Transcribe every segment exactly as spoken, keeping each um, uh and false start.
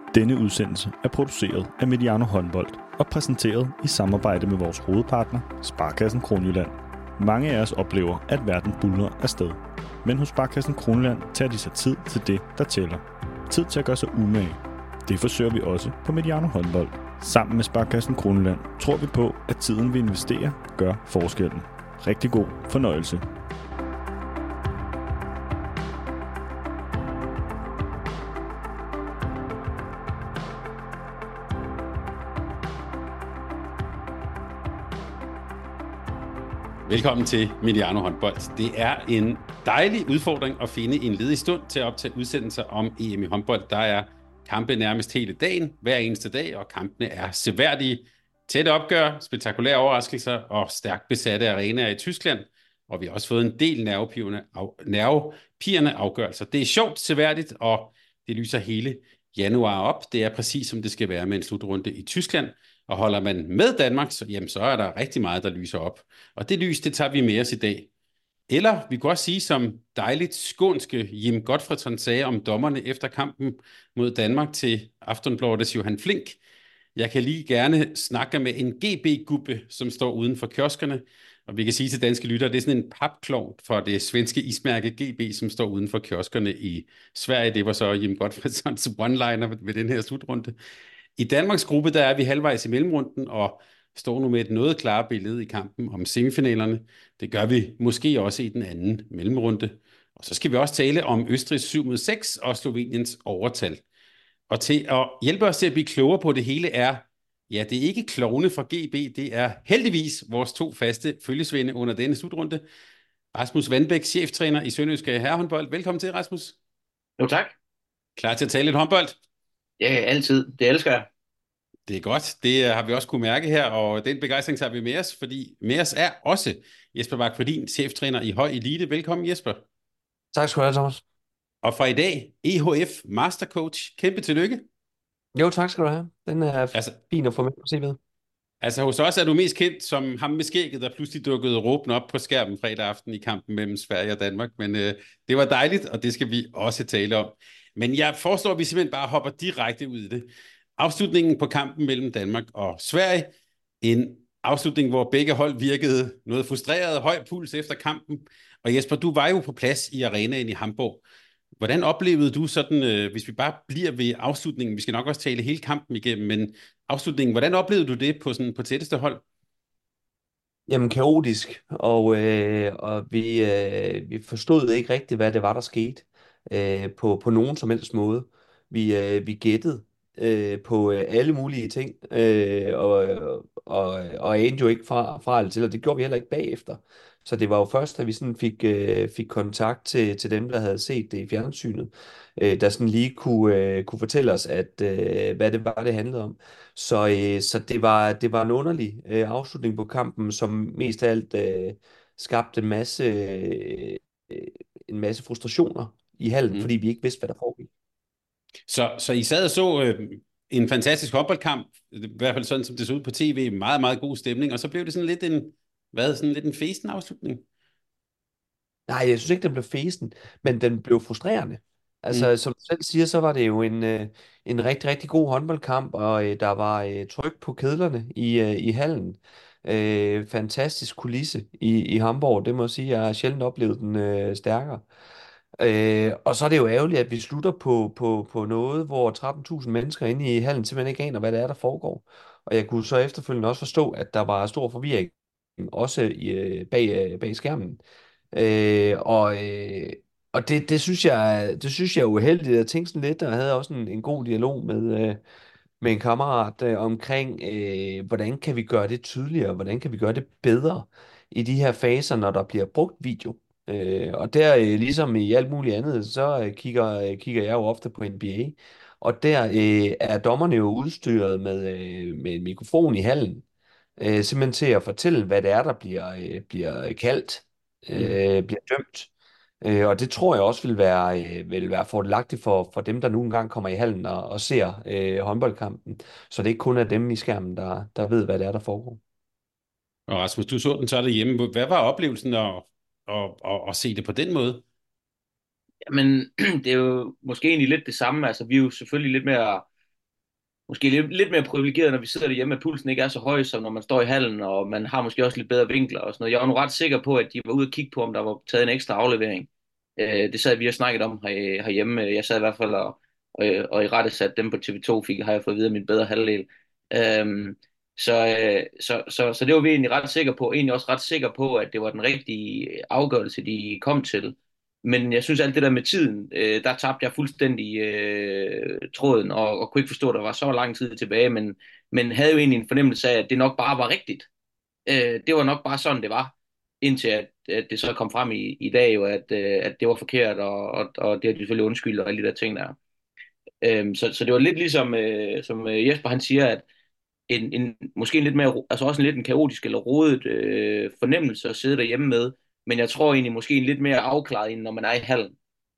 Denne udsendelse er produceret af Mediano Håndbold og præsenteret i samarbejde med vores hovedpartner, Sparekassen Kronjylland. Mange af os oplever, at verden buldrer afsted. Men hos Sparekassen Kronjylland tager de sig tid til det, der tæller. Tid til at gøre sig umage. Det forsøger vi også på Mediano Håndbold. Sammen med Sparekassen Kronjylland tror vi på, at tiden vi investerer gør forskellen. Rigtig god fornøjelse. Velkommen til Mediano Håndbold. Det er en dejlig udfordring at finde en ledig stund til at optage udsendelser om E M i håndbold. Der er kampe nærmest hele dagen, hver eneste dag, og kampene er seværdige. Tætte opgør, spektakulære overraskelser og stærkt besatte arenaer i Tyskland. Og vi har også fået en del nervepirrende, af, nervepirrende afgørelser. Det er sjovt, seværdigt, og det lyser hele januar op. Det er præcis som det skal være med en slutrunde i Tyskland. Og holder man med Danmark, så, jamen, så er der rigtig meget, der lyser op. Og det lys, det tager vi med os i dag. Eller vi kan også sige, som dejligt skånske Jim Gottfredsson sagde om dommerne efter kampen mod Danmark til Aftonbladets Johan Flink. Jeg kan lige gerne snakke med en G B-gubbe, som står uden for kioskerne. Og vi kan sige til danske lyttere, det er sådan en papklovn for det svenske ismærke G B, som står uden for kioskerne i Sverige. Det var så Jim Gottfredssons one-liner ved den her slutrunde. I Danmarks gruppe, der er vi halvvejs i mellemrunden og står nu med et noget klare billede i kampen om semifinalerne. Det gør vi måske også i den anden mellemrunde. Og så skal vi også tale om Østrigs syv mod seks og Sloveniens overtal. Og til at hjælpe os til at blive klogere på det hele er, ja, det er ikke klovne fra G B, det er heldigvis vores to faste følgesvende under denne slutrunde. Rasmus Vandbæk, cheftræner i Sønderjyske Herrehåndbold. Velkommen til, Rasmus. Jo, tak. Klar til at tale lidt håndbold? Ja, altid. Det elsker jeg. Det er godt. Det har vi også kunne mærke her, og den begejstring tager vi med os, fordi med os er også Jesper Vagtfredin, cheftræner i Høj Elite. Velkommen, Jesper. Tak skal du have, Thomas. Og fra i dag, E H F Mastercoach. Kæmpe tillykke. Jo, tak skal du have. Den er altså, fin at få med på C V'et. Altså hos os er du mest kendt som ham med skægget, der pludselig dukkede råben op på skærmen fredag aften i kampen mellem Sverige og Danmark. Men øh, det var dejligt, og det skal vi også tale om. Men jeg foreslår, at vi simpelthen bare hopper direkte ud i det. Afslutningen på kampen mellem Danmark og Sverige. En afslutning, hvor begge hold virkede noget frustreret, høj puls efter kampen. Og Jesper, du var jo på plads i arenaen i Hamburg. Hvordan oplevede du sådan, øh, hvis vi bare bliver ved afslutningen, vi skal nok også tale hele kampen igennem, men afslutningen, hvordan oplevede du det på, sådan, på tætteste hold? Jamen kaotisk, og, øh, og vi, øh, vi forstod ikke rigtigt, hvad det var, der skete øh, på, på nogen som helst måde. Vi, øh, vi gættede øh, på øh, alle mulige ting, øh, og, og, og anede jo ikke fra, fra det til, og det gjorde vi heller ikke bagefter. Så det var jo først, da vi sådan fik, øh, fik kontakt til, til dem, der havde set det i fjernsynet, øh, der sådan lige kunne, øh, kunne fortælle os, at, øh, hvad det var, det handlede om. Så, øh, så det var, det var en underlig øh, afslutning på kampen, som mest af alt øh, skabte en masse, øh, en masse frustrationer i hallen, mm. fordi vi ikke vidste, hvad der foregik. Så, så I sad og så øh, en fantastisk håndboldkamp, i hvert fald sådan, som det så ud på tv, meget, meget god stemning, og så blev det sådan lidt en, hvad, sådan lidt en festen afslutning? Nej, jeg synes ikke, den blev festen, men den blev frustrerende. Altså, mm. som du selv siger, så var det jo en, øh, en rigtig, rigtig god håndboldkamp, og øh, der var øh, tryk på kedlerne i, øh, i hallen. Øh, fantastisk kulisse i, i Hamburg, det må jeg sige. Jeg har sjældent oplevet den øh, stærkere. Øh, og så er det jo ærgerligt, at vi slutter på, på, på noget, hvor tretten tusind mennesker inde i hallen simpelthen ikke aner, hvad det er, der foregår. Og jeg kunne så efterfølgende også forstå, at der var stor forvirring, også i, øh, bag, øh, bag skærmen. Øh, og øh, og det, det, synes jeg, det synes jeg er uheldigt. Jeg tænkte sådan lidt, og jeg havde også en, en god dialog med, øh, med en kammerat øh, omkring, øh, hvordan kan vi gøre det tydeligere, hvordan kan vi gøre det bedre i de her faser, når der bliver brugt video. Øh, og der, øh, ligesom i alt muligt andet, så øh, kigger, øh, kigger jeg jo ofte på N B A, og der øh, er dommerne jo udstyret med, øh, med en mikrofon i hallen, øh, simpelthen til at fortælle, hvad det er, der bliver, øh, bliver kaldt, øh, bliver dømt. Øh, og det tror jeg også vil være, øh, vil være fordelagtigt for, for dem, der nu engang kommer i hallen og, og ser øh, håndboldkampen. Så det ikke kun er dem i skærmen, der, der ved, hvad det er, der foregår. Og Rasmus, du så den så derhjemme. Hvad var oplevelsen at, at, at, at se det på den måde? Jamen, det er jo måske egentlig lidt det samme. Altså, vi er jo selvfølgelig lidt mere måske lidt, lidt mere privilegeret, når vi sidder derhjemme, at pulsen ikke er så høj, som når man står i hallen, og man har måske også lidt bedre vinkler og sådan noget. Jeg var nu ret sikker på, at de var ude og kigge på, om der var taget en ekstra aflevering. Øh, det sad vi og snakket om her, herhjemme. Jeg sad i hvert fald og, og, og i rette satte dem på T V to, fik, har jeg fået videre min bedre halvdel. Øhm, så, øh, så, så, så det var vi egentlig ret sikre på. Egentlig også ret sikre på, at det var den rigtige afgørelse, de kom til. Men jeg synes alt det der med tiden, øh, der tabte jeg fuldstændig øh, tråden, og, og kunne ikke forstå, at der var så lang tid tilbage, men, men havde jo egentlig en fornemmelse af, at det nok bare var rigtigt. Øh, det var nok bare sådan, det var, indtil at, at det så kom frem i, i dag, jo, at, øh, at det var forkert, og, og, og det har de selvfølgelig undskyldt, og alle de der ting der. Øh, så, så det var lidt ligesom, øh, som øh, Jesper han siger, at en, en, måske en lidt mere, altså også en lidt en kaotisk eller rodet øh, fornemmelse at sidde derhjemme med, men jeg tror egentlig måske en lidt mere afklaret, end når man er i hallen.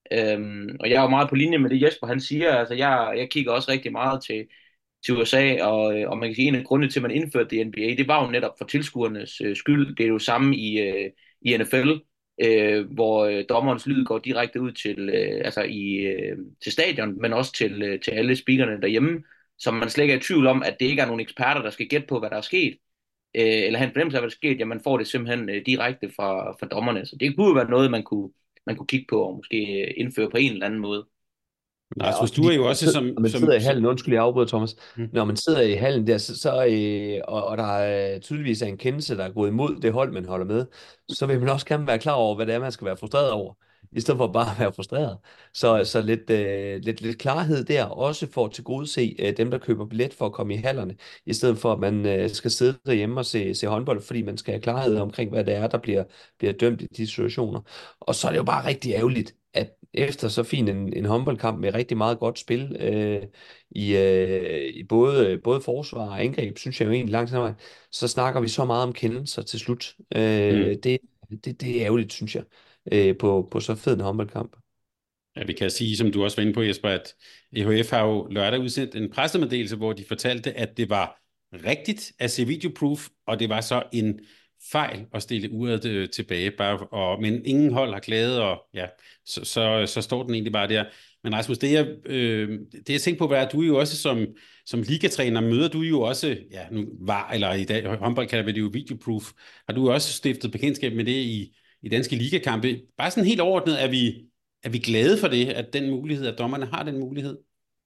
Øhm, og jeg er jo meget på linje med det Jesper han siger, altså jeg, jeg kigger også rigtig meget til, til U S A, og, øh, og man kan sige, en af grundene til, at man indførte det i N B A, det var jo netop for tilskuernes øh, skyld. Det er jo samme i, øh, i N F L, øh, hvor øh, dommerens lyd går direkte ud til, øh, altså i, øh, til stadion, men også til, øh, til alle speakerne derhjemme, så man slet ikke er i tvivl om, at det ikke er nogen eksperter, der skal gætte på, hvad der er sket, øh, eller have en fornemmelse af, hvad der er sket. Ja, man får det simpelthen øh, direkte fra, fra dommerne. Så det kunne jo være noget, man kunne, man kunne kigge på og måske øh, indføre på en eller anden måde. Men Ja, Rasmus, også du er fordi, jo når man også sidder, som... når man sidder som, i som hallen, undskyld, jeg afbryder, Thomas. hmm. Når man sidder i hallen der, så, så, øh, og, og der er tydeligvis er en kendelse, der er gået imod det hold, man holder med, så vil man også gerne være klar over, hvad det er, man skal være frustreret over, i stedet for bare at være frustreret. Så, så lidt, øh, lidt, lidt klarhed der, også for at tilgodese øh, dem, der køber billet for at komme i hallerne, i stedet for, at man øh, skal sidde derhjemme og se, se håndbold, fordi man skal have klarhed omkring, hvad det er, der bliver, bliver dømt i de situationer. Og så er det jo bare rigtig ærgerligt, at efter så fin en, en håndboldkamp med rigtig meget godt spil øh, i, øh, i både, både forsvar og angreb, synes jeg jo egentlig langt hen ad vejen, så snakker vi så meget om kendelser til slut. Hmm. Øh, det, det, det er ærgerligt, synes jeg, øh, på, på så fed en håndboldkamp. Ja, vi kan sige, som du også var inde på, Jesper, at E H F har jo lørdag udsendt en pressemeddelelse, hvor de fortalte, at det var rigtigt at se videoproof, og det var så en fejl at stille uret øh, tilbage, bare, og, men ingen hold har klaget, og ja, så, så, så står den egentlig bare der. Men Rasmus, det jeg, øh, det jeg tænker på, hvad er du jo også som, som ligatræner, møder du jo også, ja, nu var, eller i dag, håndbold kalder vi det jo videoproof, har du også stiftet bekendtskab med det i, i danske ligakampe? Bare sådan helt overordnet, er vi er vi glade for det, at den mulighed, at dommerne har den mulighed?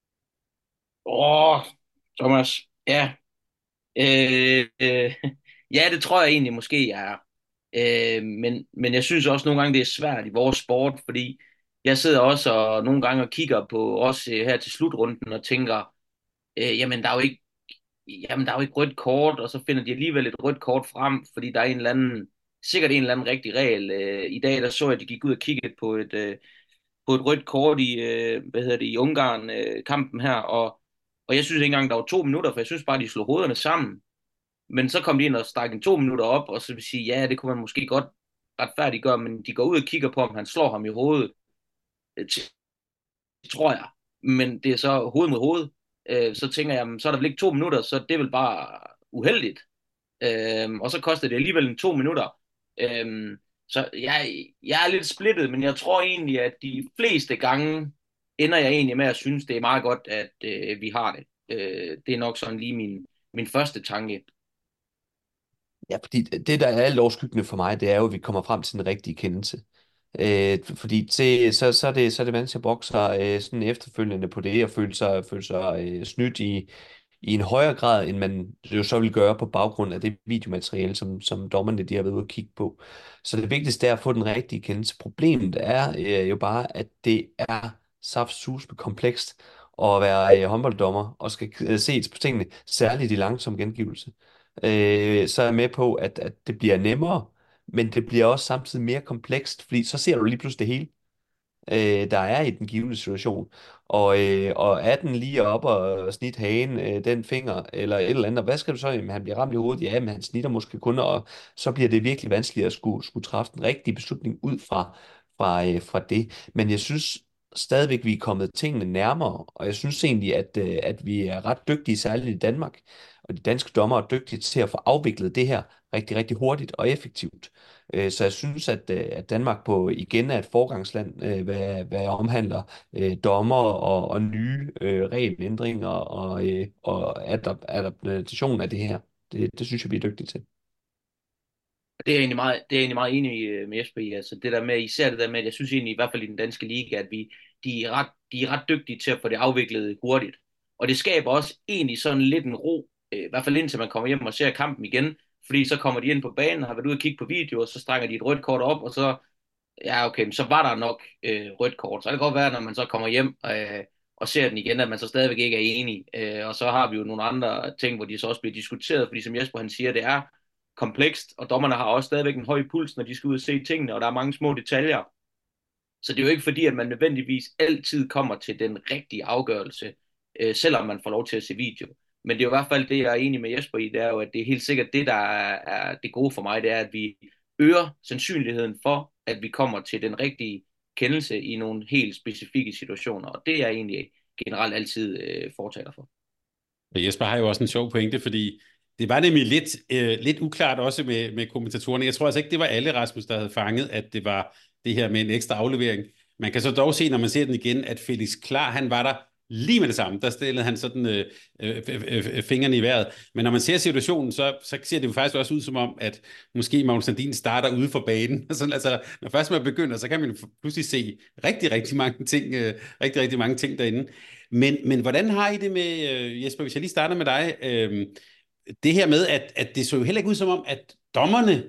Åh, Thomas, ja. Øh, øh, ja, det tror jeg egentlig måske, jeg er. Øh, men, men jeg synes også nogle gange, det er svært i vores sport, fordi jeg sidder også og nogle gange og kigger på os øh, her til slutrunden og tænker, øh, jamen der er jo ikke, jamen der er jo ikke rødt kort, og så finder de alligevel et rødt kort frem, fordi der er en eller anden, sikkert en eller anden rigtig regel. Øh, I dag der så jeg, at de gik ud og kiggede på et, øh, på et rødt kort i, øh, hvad hedder det, i Ungarn, øh, kampen her, og, og jeg synes ikke engang, der var to minutter, for jeg synes bare, de slog hovederne sammen. Men så kom de ind og stak en to minutter op, og så vil sige, ja, det kunne man måske godt retfærdiggøre, men de går ud og kigger på, om han slår ham i hovedet. Det tror jeg. Men det er så hoved mod hoved. Øh, så tænker jeg, så er der vel ikke to minutter, så det er vel bare uheldigt. Øh, og så koster det alligevel en to minutter. Øh, så jeg, jeg er lidt splittet, men jeg tror egentlig, at de fleste gange ender jeg egentlig med at synes, det er meget godt, at øh, vi har det. Øh, det er nok sådan lige min, min første tanke. Ja, fordi det, der er alt overskyggende for mig, det er jo, at vi kommer frem til den rigtige kendelse. Øh, fordi til, så, så er det, så er det vanskeligt at bokse sig øh, sådan efterfølgende på det, og føle sig, føle sig øh, snydt i, i en højere grad, end man jo så vil gøre på baggrund af det videomateriale, som, som dommerne de har været ude at kigge på. Så det vigtigste er at få den rigtige kendelse. Problemet er øh, jo bare, at det er saftsusme komplekst at være øh, håndbolddommer og skal øh, se på tingene, særligt i langsom gengivelse. Øh, så er jeg med på, at, at det bliver nemmere, men det bliver også samtidig mere komplekst, fordi så ser du lige pludselig det hele, øh, der er i den givne situation. Og, øh, og er den lige op og snit hagen, øh, den finger, eller et eller andet, og hvad skal du så? Jamen, han bliver ramt i hovedet, ja, men han snitter måske kun, og så bliver det virkelig vanskeligt at skulle, skulle træffe den rigtige beslutning ud fra, fra, øh, fra det. Men jeg synes stadigvæk, vi er kommet tingene nærmere, og jeg synes egentlig, at, øh, at vi er ret dygtige, særligt i Danmark, og de danske dommer er dygtige til at få afviklet det her rigtig, rigtig hurtigt og effektivt. Øh, Så jeg synes, at, øh, at Danmark på igen er et forgangsland, øh, hvad, hvad omhandler øh, dommer og, og nye øh, regelændringer og, øh, og adap- adaptation af det her. Det, det synes jeg, vi er dygtige til. Det er jeg egentlig meget, det er jeg egentlig meget enig øh, med Jesper i. Altså det der med, især det der med, at jeg synes egentlig, i hvert fald i den danske liga, at vi, de er ret, de er ret dygtige til at få det afviklet hurtigt. Og det skaber også egentlig sådan lidt en ro, øh, i hvert fald indtil man kommer hjem og ser kampen igen. Fordi så kommer de ind på banen, har været ude og kigge på video, og så strækker de et rødt kort op, og så, ja okay, så var der nok øh, rødt kort. Så kan det godt være, når man så kommer hjem øh, og ser den igen, at man så stadigvæk ikke er enig. Øh, og så har vi jo nogle andre ting, hvor de så også bliver diskuteret, fordi som Jesper han siger, det er komplekst, og dommerne har også stadigvæk en høj puls, når de skal ud og se tingene, og der er mange små detaljer. Så det er jo ikke fordi, at man nødvendigvis altid kommer til den rigtige afgørelse, øh, selvom man får lov til at se video. Men det er jo i hvert fald det, jeg er enig med Jesper i, det er jo, at det er helt sikkert det, der er, er det gode for mig, det er, at vi øger sandsynligheden for, at vi kommer til den rigtige kendelse i nogle helt specifikke situationer, og det er jeg egentlig generelt altid øh, fortaler for. Og Jesper har jo også en sjov pointe, fordi det var nemlig lidt, øh, lidt uklart også med, med kommentatorerne. Jeg tror altså ikke, det var alle, Rasmus, der havde fanget, at det var det her med en ekstra aflevering. Man kan så dog se, når man ser den igen, at Felix Klar, han var der lige med det samme. Der stillede han sådan øh, øh, øh, fingrene i vejret. Men når man ser situationen, så, så ser det jo faktisk også ud som om, at måske Magnus Sandin starter ude for banen. Sådan, altså, når først man begynder, så kan man pludselig se rigtig, rigtig mange ting, øh, rigtig, rigtig mange ting derinde. Men, men hvordan har I det med, øh, Jesper, hvis jeg lige starter med dig, øh, det her med, at, at det så jo heller ikke ud som om, at dommerne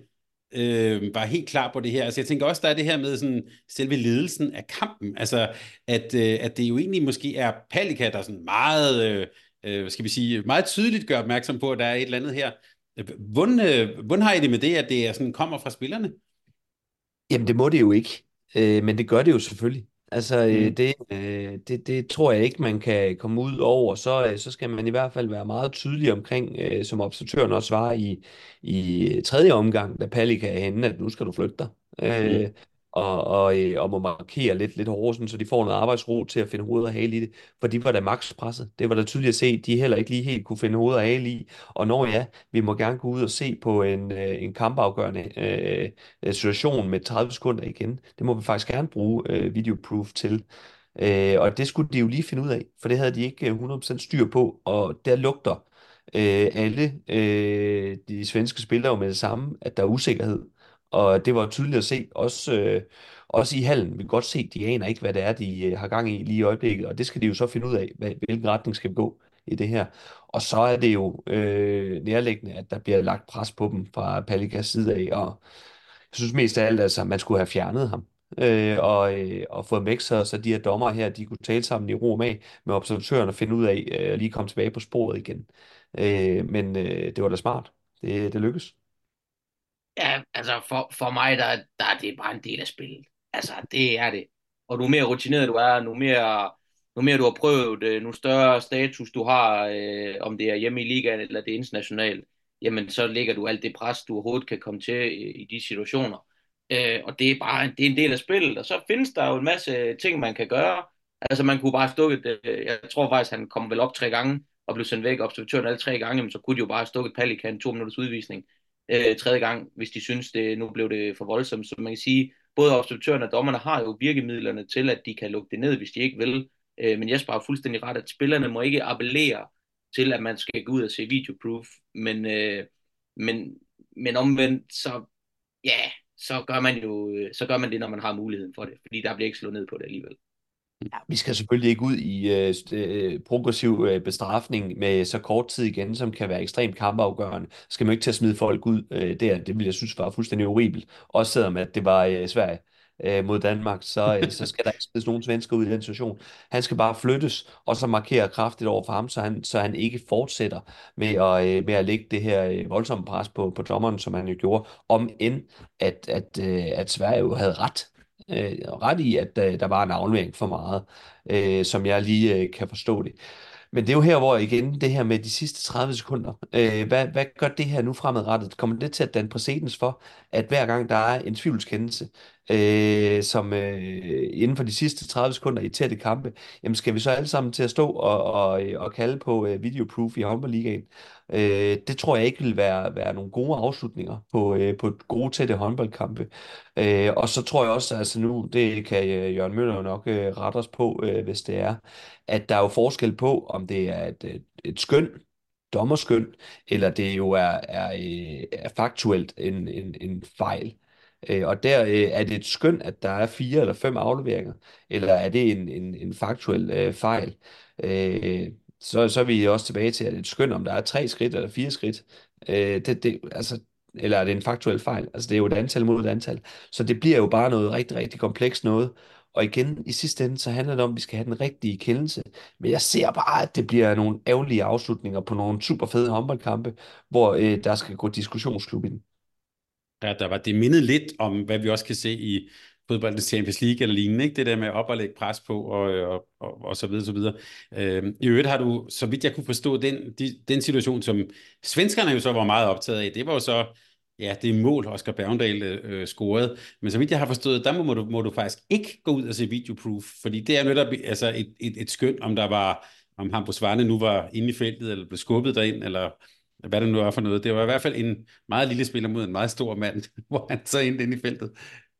øh, var helt klar på det her. Altså jeg tænker også, der er det her med sådan, selve ledelsen af kampen. Altså at, øh, at det jo egentlig måske er Palika, der sådan meget, øh, øh, hvad skal vi sige, meget tydeligt gør opmærksom på, at der er et eller andet her. Hvordan, øh, hvordan har I det med det, at det er sådan, kommer fra spillerne? Jamen, det må det jo ikke, øh, men det gør det jo selvfølgelig. Altså, øh, Mm. det, øh, det, det tror jeg ikke, man kan komme ud over. Så, øh, så skal man i hvert fald være meget tydelig omkring, øh, som observatøren også var i, i tredje omgang, da Palika er henne, at nu skal du flytte dig. Øh, Mm. og, og, øh, og må markere lidt, lidt hårdere, sådan, så de får noget arbejdsro til at finde hoved og hale i det. For de var da max presset. Det var da tydeligt at se, at de heller ikke lige helt kunne finde hoved og hale i. Og når ja, vi må gerne gå ud og se på en, øh, en kampafgørende øh, øh, situation med tredive sekunder igen. Det må vi faktisk gerne bruge øh, videoproof til. Øh, og det skulle de jo lige finde ud af, for det havde de ikke øh, hundrede procent styr på, og der lugter øh, alle øh, de svenske spillere jo med det samme, at der er usikkerhed. Og det var tydeligt at se, også, øh, også i hallen. Vi kan godt se, at de aner ikke, hvad det er, de øh, har gang i lige i øjeblikket, og det skal de jo så finde ud af, hvad, hvilken retning skal vi gå i det her. Og så er det jo øh, nærliggende, at der bliver lagt pres på dem fra Palikas side af, og jeg synes mest af alt, altså, at man skulle have fjernet ham. Øh, og, øh, og fået væk, så, så de her dommer her, de kunne tale sammen i ro med, med observatøren og finde ud af, øh, at lige komme tilbage på sporet igen. Øh, men øh, det var da smart. Det, det lykkedes. Ja, altså for, for mig, der, der er det bare en del af spillet. Altså, det er det. Og nu mere rutineret du er, nu mere, nu mere du har prøvet, øh, nu større status du har, øh, om det er hjemme i ligaen eller det er internationalt, jamen så lægger du alt det pres, du overhovedet kan komme til i, i de situationer. Øh, og det er bare det er en del af spillet. Og så findes der jo en masse ting, man kan gøre. Altså, man kunne bare stukket, øh, jeg tror faktisk, han kom vel op tre gange og blev sendt væk, observatøren alle tre gange, men så kunne de jo bare have stukket Pelikan to minutters udvisning øh, tredje gang, hvis de synes, det nu blev det for voldsomt. Så man kan sige, både observatørerne og dommerne har jo virkemidlerne til, at de kan lukke det ned, hvis de ikke vil. Øh, men Jesper har fuldstændig ret, at spillerne må ikke appellere til, at man skal gå ud og se videoproof. Men, øh, men, men omvendt, så ja, så gør man jo så gør man det, når man har muligheden for det, fordi der bliver ikke slået ned på det alligevel. Ja, vi skal selvfølgelig ikke ud i øh, st- øh, progressiv øh, bestrafning med så kort tid igen, som kan være ekstremt kampafgørende. Skal man ikke til at smide folk ud øh, der, det vil jeg synes var fuldstændig horribelt. Også selvom at det var øh, Sverige øh, mod Danmark, så, øh, så skal der ikke smides nogen svensker ud i den situation. Han skal bare flyttes, og så markere kraftigt over for ham, så han, så han ikke fortsætter med at, øh, med at lægge det her øh, voldsomme pres på, på dommeren, som han jo gjorde, om end at, at, øh, at Sverige jo havde ret. Øh, ret i, at øh, der var en aflevering for meget, øh, som jeg lige øh, kan forstå det. Men det er jo her, hvor igen, det her med de sidste tredive sekunder, øh, hvad, hvad gør det her nu fremadrettet? Kommer det til at danne præcedens for, at hver gang der er en tvivlskendelse, øh, som øh, inden for de sidste tredive sekunder i tætte kampe, jamen skal vi så alle sammen til at stå og, og, og kalde på øh, videoproof i håndboldligaen? Øh, det tror jeg ikke vil være, være nogle gode afslutninger på, øh, på gode tætte håndboldkampe. Øh, og så tror jeg også, altså nu, det kan øh, Jørgen Møller jo nok øh, rette os på, øh, hvis det er, at der er jo forskel på, om det er et, et, et skøn, dommerskøn, eller det jo er, er, øh, er faktuelt en, en, en fejl. Øh, Og der øh, er det et skøn, at der er fire eller fem afleveringer, eller er det en, en, en faktuel øh, fejl? Øh, så, så er vi også tilbage til, at det er et skøn, om der er tre skridt eller fire skridt. Øh, det, det, altså, eller er det en faktuel fejl? Altså det er jo et antal mod et antal. Så det bliver jo bare noget rigtig, rigtig komplekst noget. Og igen, i sidste ende, så handler det om, at vi skal have den rigtige kendelse. Men jeg ser bare, at det bliver nogle ærgerlige afslutninger på nogle super fede håndboldkampe, hvor øh, der skal gå diskussionsklub i den. Ja, der var det mindet lidt om, hvad vi også kan se i fodboldens Champions League eller lignende, ikke? Det der med op og lægge pres på og, og, og, og så videre, så videre. Øhm, I øvrigt har du, så vidt jeg kunne forstå, den, de, den situation, som svenskerne jo så var meget optaget af, det var jo så, ja, det mål, Oscar Bergendal øh, scorede. Men så vidt jeg har forstået, der må, må, du, må du faktisk ikke gå ud og se videoproof, fordi det er netop altså et, et, et skøn, om der var, om Hampus Varne nu var inde i feltet, eller blev skubbet derind, eller hvad det nu er for noget. Det var i hvert fald en meget lille spiller mod en meget stor mand, hvor han så endte ind i feltet.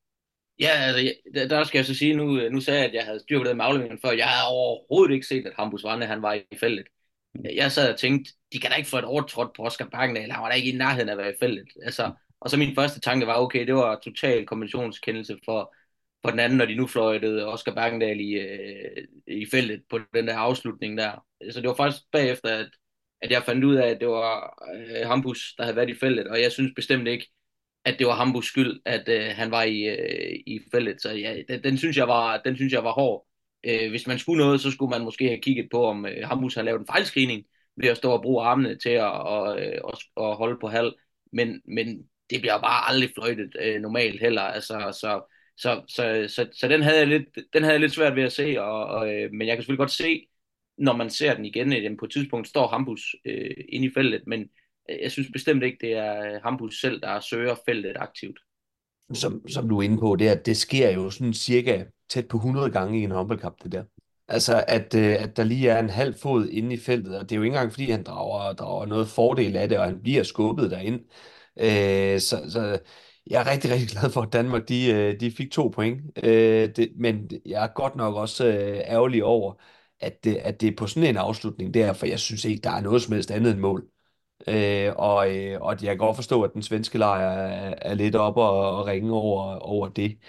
Ja, altså, jeg- der, der skal jeg så sige, nu, nu sagde jeg, at jeg havde styr på det med afleveringen før. Jeg havde overhovedet ikke set, at Hampus Varne, han var i feltet. Jeg sad og tænkte, de kan da ikke få et overtrådt på Oscar Bergendal. Han var da ikke i nærheden af at være i feltet. Altså, og så min første tanke var, okay, det var total konventionskendelse for, for den anden, når de nu fløjtede Oscar Bergendal i, øh, i feltet på den der afslutning der. Så det var faktisk bagefter, at, at jeg fandt ud af, at det var øh, Hampus, der havde været i feltet, og jeg synes bestemt ikke, at det var Hambus skyld, at øh, han var i, øh, i feltet. Så ja, den, den, synes jeg var, den synes jeg var hård. Øh, hvis man skulle noget, så skulle man måske have kigget på, om øh, Hambus havde lavet en fejlscreening ved at stå og bruge armene til at og, øh, og, og holde på halv. Men, men det bliver bare aldrig fløjtet øh, normalt heller. Altså, så, så, så, så, så den, havde jeg lidt, den havde jeg lidt svært ved at se. Og, og, øh, men jeg kan selvfølgelig godt se, når man ser den igen, at på et tidspunkt står Hambus øh, inde i feltet, men jeg synes bestemt ikke, det er Hampus selv, der søger feltet aktivt. Som, som du er inde på, det er, at det sker jo sådan cirka tæt på hundrede gange i en håndboldkamp, det der. Altså, at, øh, at der lige er en halv fod inde i feltet, og det er jo ikke engang, fordi han drager, drager noget fordel af det, og han bliver skubbet derind. Øh, så, så jeg er rigtig, rigtig glad for, at Danmark de, øh, de fik to point. Øh, det, men jeg er godt nok også øh, ærgerlig over, at det, at det er på sådan en afslutning der, for jeg synes ikke, der er noget som helst andet end mål. Øh, og, øh, og jeg kan godt forstå, at den svenske lejr er, er lidt oppe og, og ringe over, over det.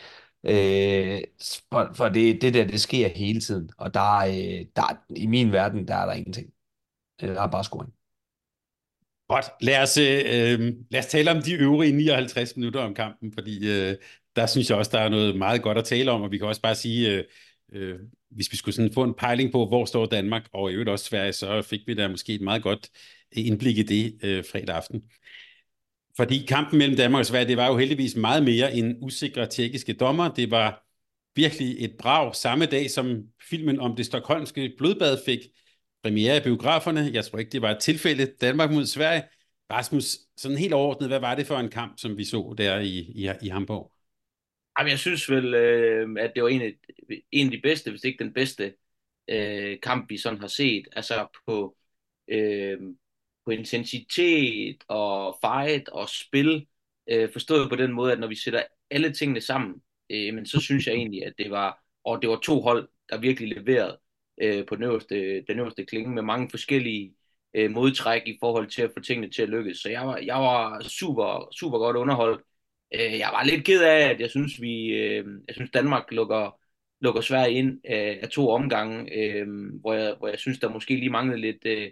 Øh, for for det, det der, det sker hele tiden. Og der er, øh, der er, i min verden, der er der ingenting. Øh, Der er bare scoring. Godt, lad os, øh, lad os tale om de øvrige nioghalvtreds minutter om kampen, fordi øh, der synes jeg også, der er noget meget godt at tale om, og vi kan også bare sige, øh, øh, hvis vi skulle sådan få en pejling på, hvor står Danmark, og i øvrigt også Sverige, så fik vi da måske et meget godt indblik i det øh, fredag aften. Fordi kampen mellem Danmark og Sverige, det var jo heldigvis meget mere end usikre tjekkiske dommer. Det var virkelig et brag samme dag, som filmen om det stokholmske blodbad fik premiere i biograferne. Jeg tror ikke, det var et tilfælde. Danmark mod Sverige. Rasmus, sådan helt overordnet, hvad var det for en kamp, som vi så der i, i, i Hamburg? Jamen, jeg synes vel, øh, at det var en af, en af de bedste, hvis ikke den bedste øh, kamp, vi sådan har set. Altså på, øh, på intensitet og fight og spil. Øh, forstået på den måde, at når vi sætter alle tingene sammen, øh, men så synes jeg egentlig, at det var, og det var to hold, der virkelig leverede øh, på den øverste, den øverste klinge med mange forskellige øh, modtræk i forhold til at få tingene til at lykkes. Så jeg var, jeg var super, super godt underholdt. Øh, jeg var lidt ked af, at jeg synes, vi, øh, jeg synes Danmark lukker, lukker Sverige ind øh, af to omgange, øh, hvor, jeg, hvor jeg synes, der måske lige manglede lidt, øh,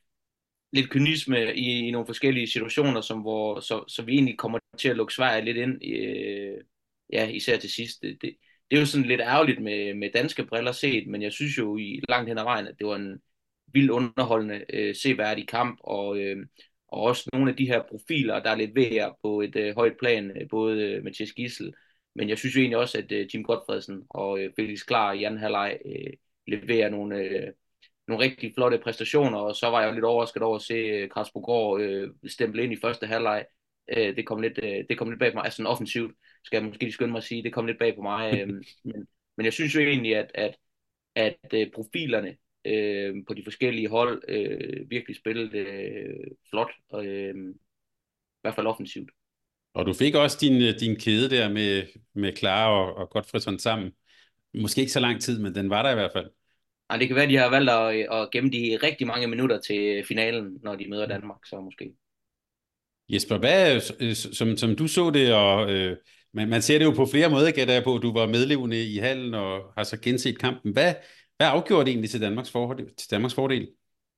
lidt kynisme i, i nogle forskellige situationer, som hvor, så, så vi egentlig kommer til at lukke Sverige lidt ind, øh, ja, især til sidst. Det, det, det er jo sådan lidt ærgerligt med, med danske briller set, men jeg synes jo i langt hen ad vejen, at det var en vildt underholdende, øh, seværdig kamp, og, øh, og også nogle af de her profiler, der leverer på et øh, højt plan, øh, både øh, Mathias Gidsel, men jeg synes jo egentlig også, at øh, Tim Gotfredsen og øh, Felix Klar i anden halvleg øh, leverer nogle, øh, nogle rigtig flotte præstationer, og så var jeg jo lidt overrasket over at se øh, Kasper Gård øh, stemple ind i første halvleg. Øh, det kom lidt, øh, det kom lidt bag på mig. Altså sådan offensivt, skal jeg måske lige skynde mig at sige, det kom lidt bag på mig. Øh, men, men jeg synes jo egentlig, at, at, at øh, profilerne øh, på de forskellige hold øh, virkelig spillede øh, flot, og, øh, i hvert fald offensivt. Og du fik også din, øh, din kæde der med, med Clara og, og Godfredsson sammen. Måske ikke så lang tid, men den var der i hvert fald. Ej, det kan være, at de har valgt at, at gemme de rigtig mange minutter til finalen, når de møder Danmark, så måske. Jesper, hvad, øh, som, som du så det, og øh, man, man ser det jo på flere måder, gætter jeg på, du var medlevende i hallen og har så genset kampen. Hvad, hvad afgjorde det egentlig til Danmarks, forhold, til Danmarks fordel?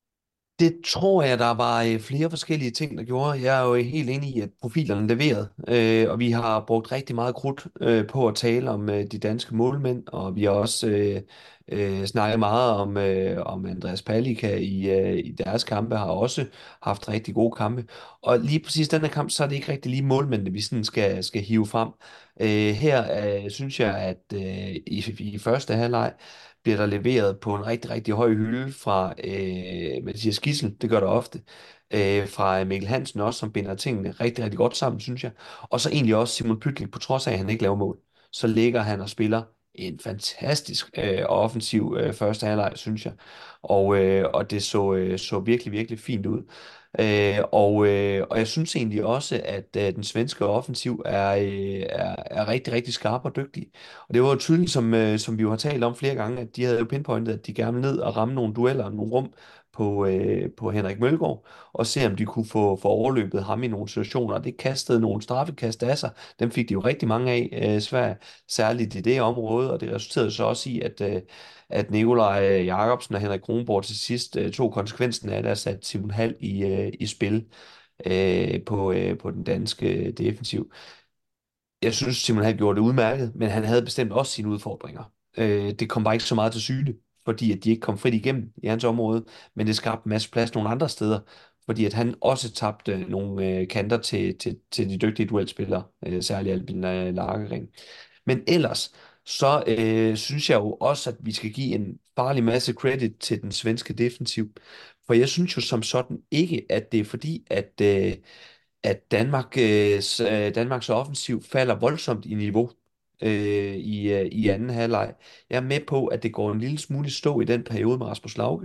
Det tror jeg, der var øh, flere forskellige ting, der gjorde. Jeg er jo helt enig i, at profilerne leverede, øh, og vi har brugt rigtig meget krudt øh, på at tale om øh, de danske målmænd, og vi har også øh, øh, snakket meget om, øh, om Andreas Palika i, øh, i deres kampe, har også haft rigtig gode kampe. Og lige præcis den her kamp, så er det ikke rigtig lige målmændene, vi sådan skal, skal hive frem. Øh, her øh, synes jeg, at øh, i, i første halvleg, bliver der leveret på en rigtig, rigtig høj hylde fra øh, Mathias Gidsel. Det gør der ofte. Øh, fra Mikkel Hansen også, som binder tingene rigtig, rigtig godt sammen, synes jeg. Og så egentlig også Simon Pytlik, på trods af, at han ikke laver mål. Så ligger han og spiller en fantastisk øh, offensiv øh, første halvleg, synes jeg. Og, øh, og det så, øh, så virkelig, virkelig fint ud. Øh, og, øh, og jeg synes egentlig også, at øh, den svenske offensiv er, øh, er, er rigtig, rigtig skarp og dygtig. Og det var jo tydeligt, som, øh, som vi jo har talt om flere gange, at de havde jo pinpointet, at de gerne ville ned og ramme nogle dueller, nogle rum på, øh, på Henrik Mølgaard, og se om de kunne få, få overløbet ham i nogle situationer. Og det kastede nogle straffekast af sig. Dem fik de jo rigtig mange af, øh, Sverige, særligt i det område, og det resulterede så også i, at, øh, at Nikolaj Jakobsen og Henrik Kronborg til sidst øh, tog konsekvensen af det og satte Simon Hall i, øh, i spil øh, på, øh, på den danske defensiv. Jeg synes, Simon han gjorde det udmærket, men han havde bestemt også sine udfordringer. Øh, det kom bare ikke så meget til syne, fordi at de ikke kom frit igennem i hans område, men det skabte en masse plads nogle andre steder, fordi at han også tabte nogle øh, kanter til, til, til de dygtige duelspillere, øh, særligt Albin øh, Lagerring. Men ellers, så øh, synes jeg jo også, at vi skal give en farlig masse credit til den svenske defensiv, for jeg synes jo som sådan ikke, at det er fordi, at øh, at Danmark, øh, s- øh, Danmarks offensiv falder voldsomt i niveau øh, i, øh, i anden halvleg. Jeg er med på, at det går en lille smule i stå i den periode med Rasmus Lauke,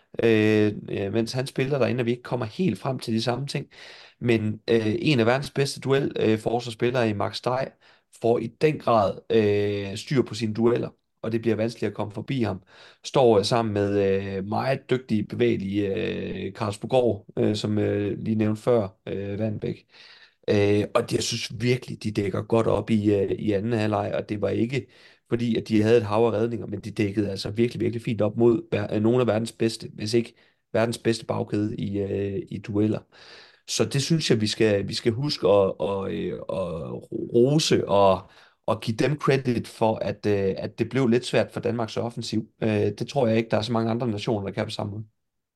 øh, øh, mens han spiller derinde, og vi ikke kommer helt frem til de samme ting. Men øh, en af verdens bedste duel øh, forsvarsspillere i Max Dej får i den grad øh, styr på sine dueller, og det bliver vanskeligt at komme forbi ham. Står øh, sammen med øh, meget dygtige, bevægelige øh, Karlsbogård, øh, som øh, lige nævnte før, øh, Vandbæk. Øh, og det, jeg synes virkelig, de dækker godt op i, øh, i anden halvleg, og det var ikke fordi, at de havde et hav af redninger, men de dækkede altså virkelig, virkelig fint op mod ver- nogle af verdens bedste, hvis ikke verdens bedste bagkæde i, øh, i dueller. Så det synes jeg, vi skal, vi skal huske at, at, øh, at rose og, og give dem credit for, at, øh, at det blev lidt svært for Danmarks offensiv. Øh, Det tror jeg ikke, der er så mange andre nationer, der kan på samme måde.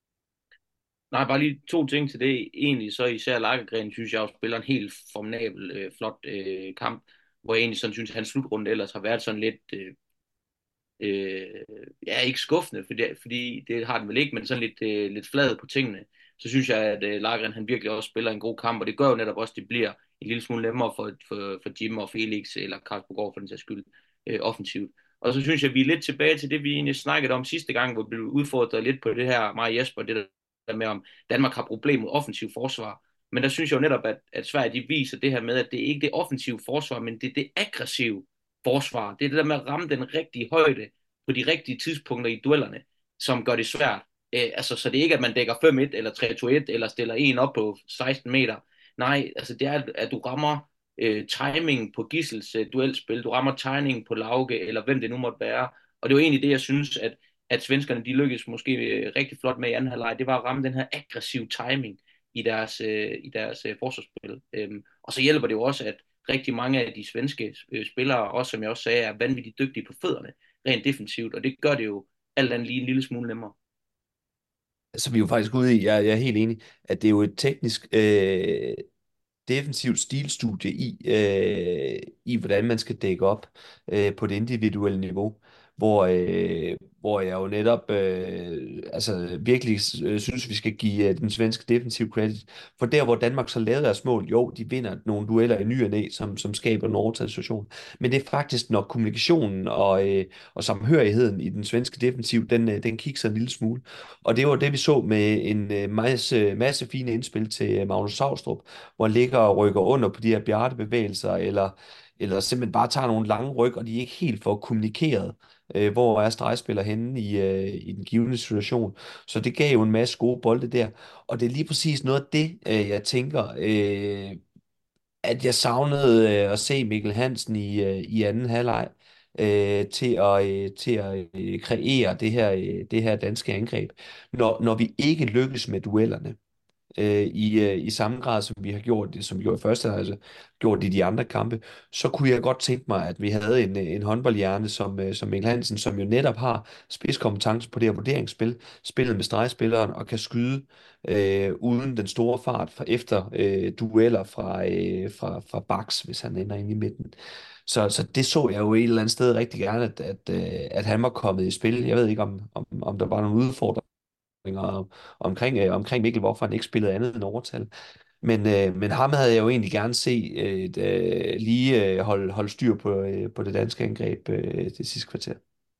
Nej, bare lige to ting til det. Egentlig så især Lagergren, synes jeg også spiller en helt formidabel, øh, flot øh, kamp, hvor jeg egentlig sådan synes, at hans slutrunde ellers har været sådan lidt, øh, øh, ja, ikke skuffende, fordi, fordi det har den vel ikke, men sådan lidt, øh, lidt flad på tingene. Så synes jeg, at øh, Lagergren, han virkelig også spiller en god kamp, og det gør jo netop også, at det bliver en lille smule nemmere for, for, for Jim og Felix, eller Karlsbogård for den sags skyld, øh, offensivt. Og så synes jeg, at vi er lidt tilbage til det, vi egentlig snakkede om sidste gang, hvor vi blev udfordret lidt på det her, mig og Jesper, det der med, om Danmark har problemer med offensiv forsvar. Men der synes jeg jo netop, at, at Sverige de viser det her med, at det er ikke det offensive forsvar, men det er det aggressive forsvar. Det er det der med at ramme den rigtige højde på de rigtige tidspunkter i duellerne, som gør det svært. Øh, altså, så det er ikke, at man dækker fem et eller tre to et eller stiller en op på seksten meter. Nej, altså det er, at du rammer øh, timingen på Gissels øh, duelspil, du rammer timingen på Lauke, eller hvem det nu måtte være. Og det var egentlig det, jeg synes, at, at svenskerne de lykkedes måske øh, rigtig flot med i anden halvleg. Det var at ramme den her aggressiv timing i deres, øh, i deres øh, forsvarsspil. Øhm, og så hjælper det jo også, at rigtig mange af de svenske øh, spillere, også som jeg også sagde, er vanvittigt dygtige på fødderne, rent defensivt, og det gør det jo alt andet lige en lille smule nemmere. Så vi er jo faktisk ude i, jeg, jeg er helt enig, at det er jo et teknisk øh, defensivt stilstudie i, øh, i, hvordan man skal dække op øh, på det individuelle niveau. hvor, øh, hvor jeg jo netop øh, altså virkelig øh, synes, vi skal give øh, den svenske defensiv credit. For der, hvor Danmark så lavede deres mål, jo, de vinder nogle dueller i ny og næ, som, som skaber en overtaget situation. Men det er faktisk, når kommunikationen og, øh, og samhørigheden i den svenske defensiv, den, øh, den kigger en lille smule. Og det var det, vi så med en øh, masse, masse fine indspil til øh, Magnus Saustrup, hvor han ligger og rykker under på de her bjarte-bevægelser, eller, eller simpelthen bare tager nogle lange ryg, og de ikke helt får kommunikeret, øh, hvor er stregspiller henne i, øh, i den givende situation. Så det gav jo en masse gode bolde der. Og det er lige præcis noget af det, øh, jeg tænker, øh, at jeg savnede øh, at se Mikkel Hansen i, øh, i anden halvleg øh, til at, øh, til at øh, kreere det her, øh, det her danske angreb. Når, når vi ikke lykkes med duellerne, øh, i, øh, i samme grad, som vi har gjort det, som vi gjorde i første, altså gjort det i de andre kampe, så kunne jeg godt tænke mig, at vi havde en, øh, en håndboldhjerne som, øh, som Mikkel Hansen, som jo netop har spidskompetence på det her vurderingsspil, spillet med stregspilleren og kan skyde øh, uden den store fart fra, efter øh, dueller fra, øh, fra, fra baks, hvis han ender ind i midten. Så, så det så jeg jo et eller andet sted rigtig gerne, at, at, øh, at han var kommet i spil. Jeg ved ikke, om, om, om der var nogle udfordringer om, omkring, øh, omkring Mikkel, hvorfor han ikke spillede andet end overtal. Men, øh, men ham havde jeg jo egentlig gerne se øh, øh, lige øh, holde hold styr på, øh, på det danske angreb øh, det sidste kvarter.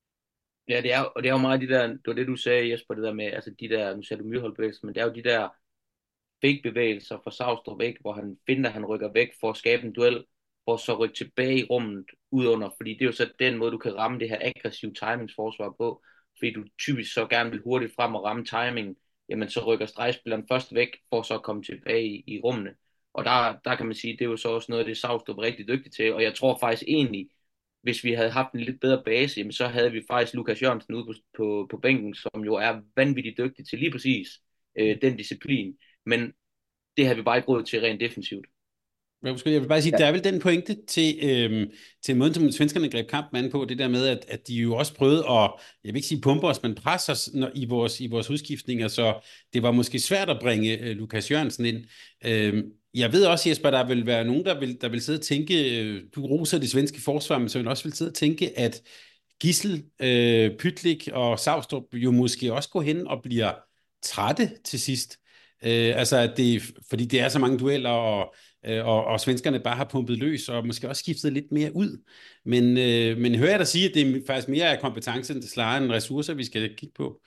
Ja, det er, og det er jo meget de der, det var det du sagde, Jesper, det der med, altså de der, nu sagde du Myrhold-bevægelser, men det er jo de der fake bevægelser fra Savstrup væk, hvor han finder, han rykker væk for at skabe en duel, for så rykke tilbage i rummet ud under, fordi det er jo så den måde, du kan ramme det her aggressive timingsforsvar på, fordi du typisk så gerne vil hurtigt frem og ramme timingen, jamen så rykker stregspilleren først væk, for så at komme tilbage i, i rummene. Og der, der kan man sige, det er jo så også noget af det, Savstrup er rigtig dygtig til, og jeg tror faktisk egentlig, hvis vi havde haft en lidt bedre base, jamen så havde vi faktisk Lukas Jørgensen ude på, på, på bænken, som jo er vanvittigt dygtig til lige præcis øh, den disciplin. Men det har vi bare ikke råd til rent defensivt. Jeg vil bare sige, Ja. der er vel den pointe til, øhm, til måden, som svenskerne greb kampen an på, det der med, at, at de jo også prøvede at, jeg vil ikke sige pumpe os, men presse os når, i, vores, i vores udskiftninger, så det var måske svært at bringe øh, Lukas Jørgensen ind. Øhm, jeg ved også, Jesper, der vil være nogen, der vil, der vil sidde og tænke, øh, du roser det svenske forsvar, men så vil også vil sidde og tænke, at Gissel, øh, Pytlik og Savstrup jo måske også går hen og bliver trætte til sidst. Øh, altså, at det, fordi det er så mange dueller, og øh, og, og svenskerne bare har pumpet løs, og måske også skiftet lidt mere ud. Men, øh, men hører jeg dig sige, at det er faktisk mere af kompetencen, snarere end ressourcer, vi skal kigge på?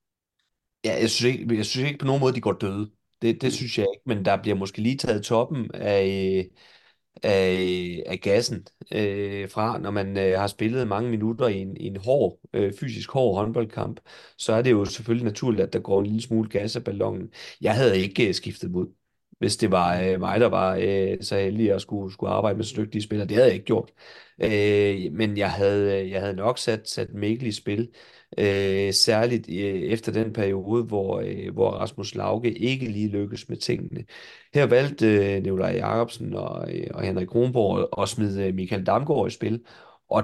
Ja, jeg synes ikke, jeg synes ikke på nogen måde, de går døde. Det, det synes jeg ikke, men der bliver måske lige taget toppen af, af, af gassen øh, fra, når man øh, har spillet mange minutter i en, i en hård, øh, fysisk hård håndboldkamp, så er det jo selvfølgelig naturligt, at der går en lille smule gas af ballonen. Jeg havde ikke øh, skiftet mod, hvis det var øh, mig, der var øh, så heldig at skulle, skulle arbejde med så dygtige spillere. Det havde jeg ikke gjort. Øh, men jeg havde, jeg havde nok sat, sat Mikkel i spil, øh, særligt øh, efter den periode, hvor, øh, hvor Rasmus Lauke ikke lige lykkedes med tingene. Her valgte øh, Nikolaj Jacobsen og, øh, og Henrik Kronborg at smide øh, Michael Damgaard i spil, og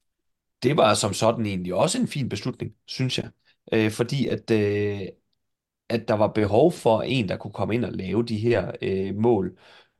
det var som sådan egentlig også en fin beslutning, synes jeg. Øh, fordi at, øh, at der var behov for en, der kunne komme ind og lave de her øh, mål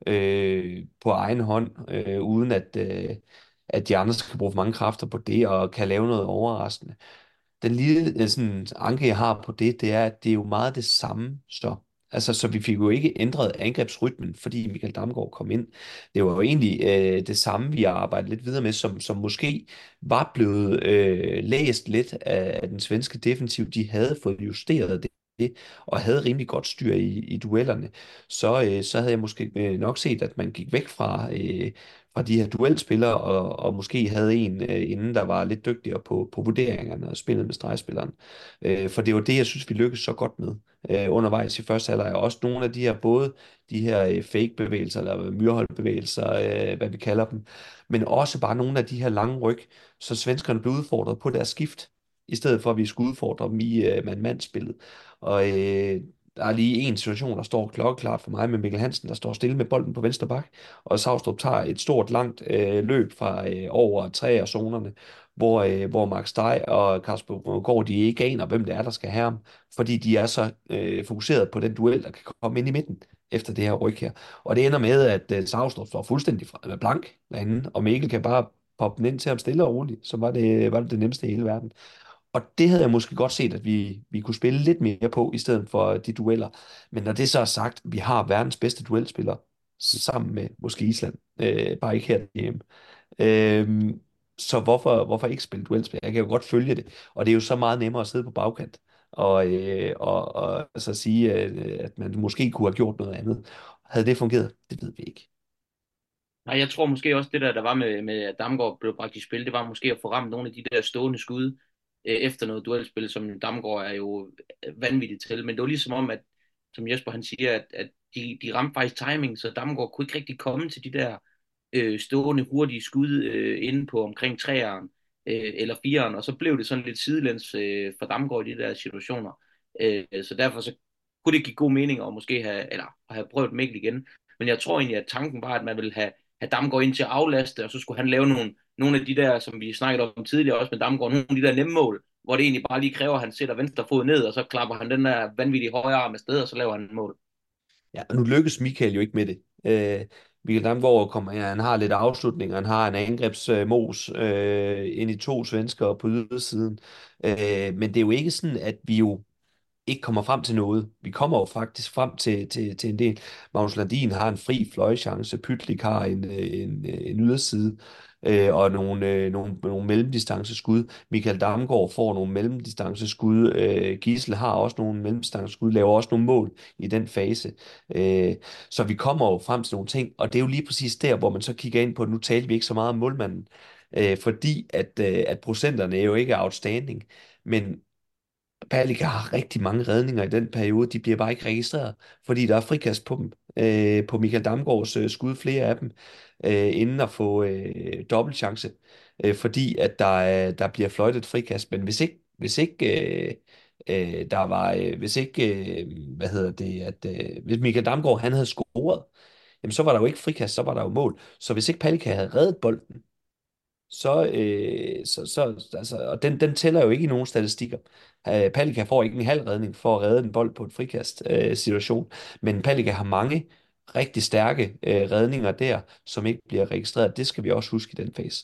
øh, på egen hånd, øh, uden at, øh, at de andre skal bruge for mange kræfter på det, og kan lave noget overraskende. Den lille øh, sådan, anke, jeg har på det, det er, at det er jo meget det samme så. Altså, så vi fik jo ikke ændret angrebsrytmen, fordi Michael Damgaard kom ind. Det var jo egentlig øh, det samme, vi har arbejdet lidt videre med, som, som måske var blevet øh, læst lidt af, af den svenske defensiv. De havde fået justeret det og havde rimelig godt styr i, i duellerne, så, øh, så havde jeg måske øh, nok set, at man gik væk fra, øh, fra de her duelspillere, og, og måske havde en øh, inden, der var lidt dygtigere på, på vurderingerne og spillet med stregspilleren. Øh, for det var det, jeg synes, vi lykkedes så godt med øh, undervejs i første halvleg. Og også nogle af de her, både de her øh, fake-bevægelser, eller myrholdbevægelser, øh, hvad vi kalder dem, men også bare nogle af de her lange ryg, så svenskerne blev udfordret på deres skift, i stedet for at vi skulle udfordre dem i øh, mand-mand-spillet. Og øh, der er lige en situation, der står klokkeklart for mig med Mikkel Hansen, der står stille med bolden på venstre bak, og Savstrup tager et stort, langt øh, løb fra øh, over tre af zonerne, hvor, øh, hvor Max Steg og Kasper Gård, de ikke aner, hvem det er, der skal have ham, fordi de er så øh, fokuseret på den duel, der kan komme ind i midten efter det her ryg her. Og det ender med, at øh, Savstrup står fuldstændig fra, blank derinde, og Mikkel kan bare poppe den ind til ham stille og roligt, så var det, var det det nemmeste i hele verden. Og det havde jeg måske godt set, at vi, vi kunne spille lidt mere på, i stedet for de dueller. Men når det så er sagt, vi har verdens bedste duelspiller, sammen med måske Island, øh, bare ikke her hjemme. Øh, så hvorfor, hvorfor ikke spille duelspil? Jeg kan jo godt følge det, og det er jo så meget nemmere at sidde på bagkant og, øh, og, og så sige, øh, at man måske kunne have gjort noget andet. Havde det fungeret? Det ved vi ikke. Nej, jeg tror måske også, det der, der var med, med at Damgaard blev bragt i spil, det var måske at få ramt nogle af de der stående skud øh, efter noget duelspil, som Damgaard er jo vanvittigt til. Men det var ligesom om, at, som Jesper han siger, at, at de, de ramte faktisk timing, så Damgaard kunne ikke rigtig komme til de der øh, stående hurtige skud øh, inde på omkring træeren øh, eller fireren, og så blev det sådan lidt sidelæns øh, for Damgaard i de der situationer. Øh, så derfor så kunne det give god mening at måske have, eller at have prøvet Mikkel igen. Men jeg tror egentlig, at tanken var, at man ville have have Damgaard ind til at aflaste, og så skulle han lave nogle, nogle af de der, som vi snakkede om tidligere også med Damgaard, nogle af de der nemme mål, hvor det egentlig bare lige kræver, at han sætter venstre fod ned, og så klapper han den der vanvittige højre arm afsted, og så laver han et mål. Ja, og nu lykkes Michael jo ikke med det. Øh, Michael Damgaard kommer, ja, han har lidt afslutninger, han har en angrebsmos øh, ind i to svenskere på ydersiden. Øh, men det er jo ikke sådan, at vi jo ikke kommer frem til noget. Vi kommer jo faktisk frem til, til, til en del. Magnus Landin har en fri fløjchance, Pytlik har en, en, en yderside, øh, og nogle, øh, nogle, nogle mellemdistanceskud. Michael Damgaard får nogle mellemdistanceskud. Øh, Gisle har også nogle mellemdistanceskud, laver også nogle mål i den fase. Øh, så vi kommer jo frem til nogle ting, og det er jo lige præcis der, hvor man så kigger ind på, nu talte vi ikke så meget om målmanden, øh, fordi at, øh, at procenterne er jo ikke outstanding, men Palicka har rigtig mange redninger i den periode. De bliver bare ikke registreret, fordi der er frikast på dem. Øh, på Michael Damgaards øh, skud, flere af dem, øh, inden at få øh, dobbelt chance. Øh, fordi at der, er- der bliver fløjtet frikast. Men hvis ikke, hvis ikke øh, øh, der var, øh, hvis ikke, øh, hvad hedder det, at øh, hvis Michael Damgaard han havde scoret, jamen så var der jo ikke frikast, så var der jo mål. Så hvis ikke Palicka havde reddet bolden, så, øh, så, så altså, og den, den tæller jo ikke i nogen statistikker. Øh, Palicka får ikke en halv redning for at redde en bold på et frikast øh, situation, men Palicka har mange rigtig stærke øh, redninger der, som ikke bliver registreret. Det skal vi også huske i den fase.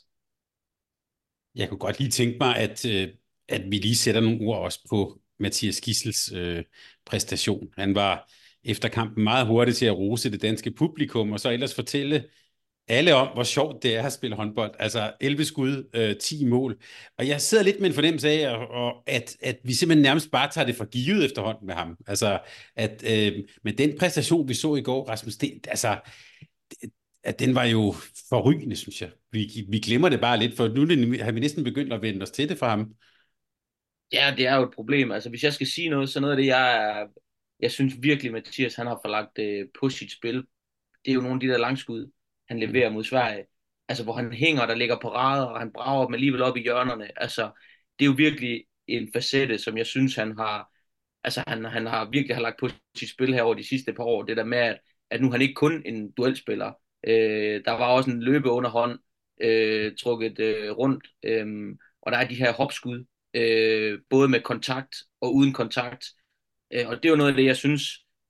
Jeg kunne godt lige tænke mig, at, øh, at vi lige sætter nogle ord også på Mathias Gisels øh, præstation. Han var efter kampen meget hurtig til at rose det danske publikum, og så ellers fortælle alle om, hvor sjovt det er at spille håndbold. Altså elleve skud, øh, ti mål. Og jeg sidder lidt med en fornemmelse af, og, og at, at vi simpelthen nærmest bare tager det for givet efterhånden med ham. Altså, at øh, med den præstation, vi så i går, Rasmus Sten, altså, at den var jo forrygende, synes jeg. Vi, vi glemmer det bare lidt, for nu det, har vi næsten begyndt at vende os til det for ham. Ja, det er jo et problem. Altså, hvis jeg skal sige noget, så noget af det, jeg er, jeg synes virkelig, Mathias, han har forlagt øh, på sit spil, det er jo nogle af de der langskud, han leverer mod Sverige. Altså, hvor han hænger, der ligger på rader, og han brager dem alligevel op i hjørnerne. Altså, det er jo virkelig en facette, som jeg synes, han har, altså, han, han har virkelig har lagt på sit spil her over de sidste par år. Det der med, at, at nu er han ikke kun en duelspiller. Øh, der var også en løbe under hånd, øh, trukket øh, rundt, øh, og der er de her hopskud, øh, både med kontakt og uden kontakt. Øh, og det er jo noget af det, jeg synes,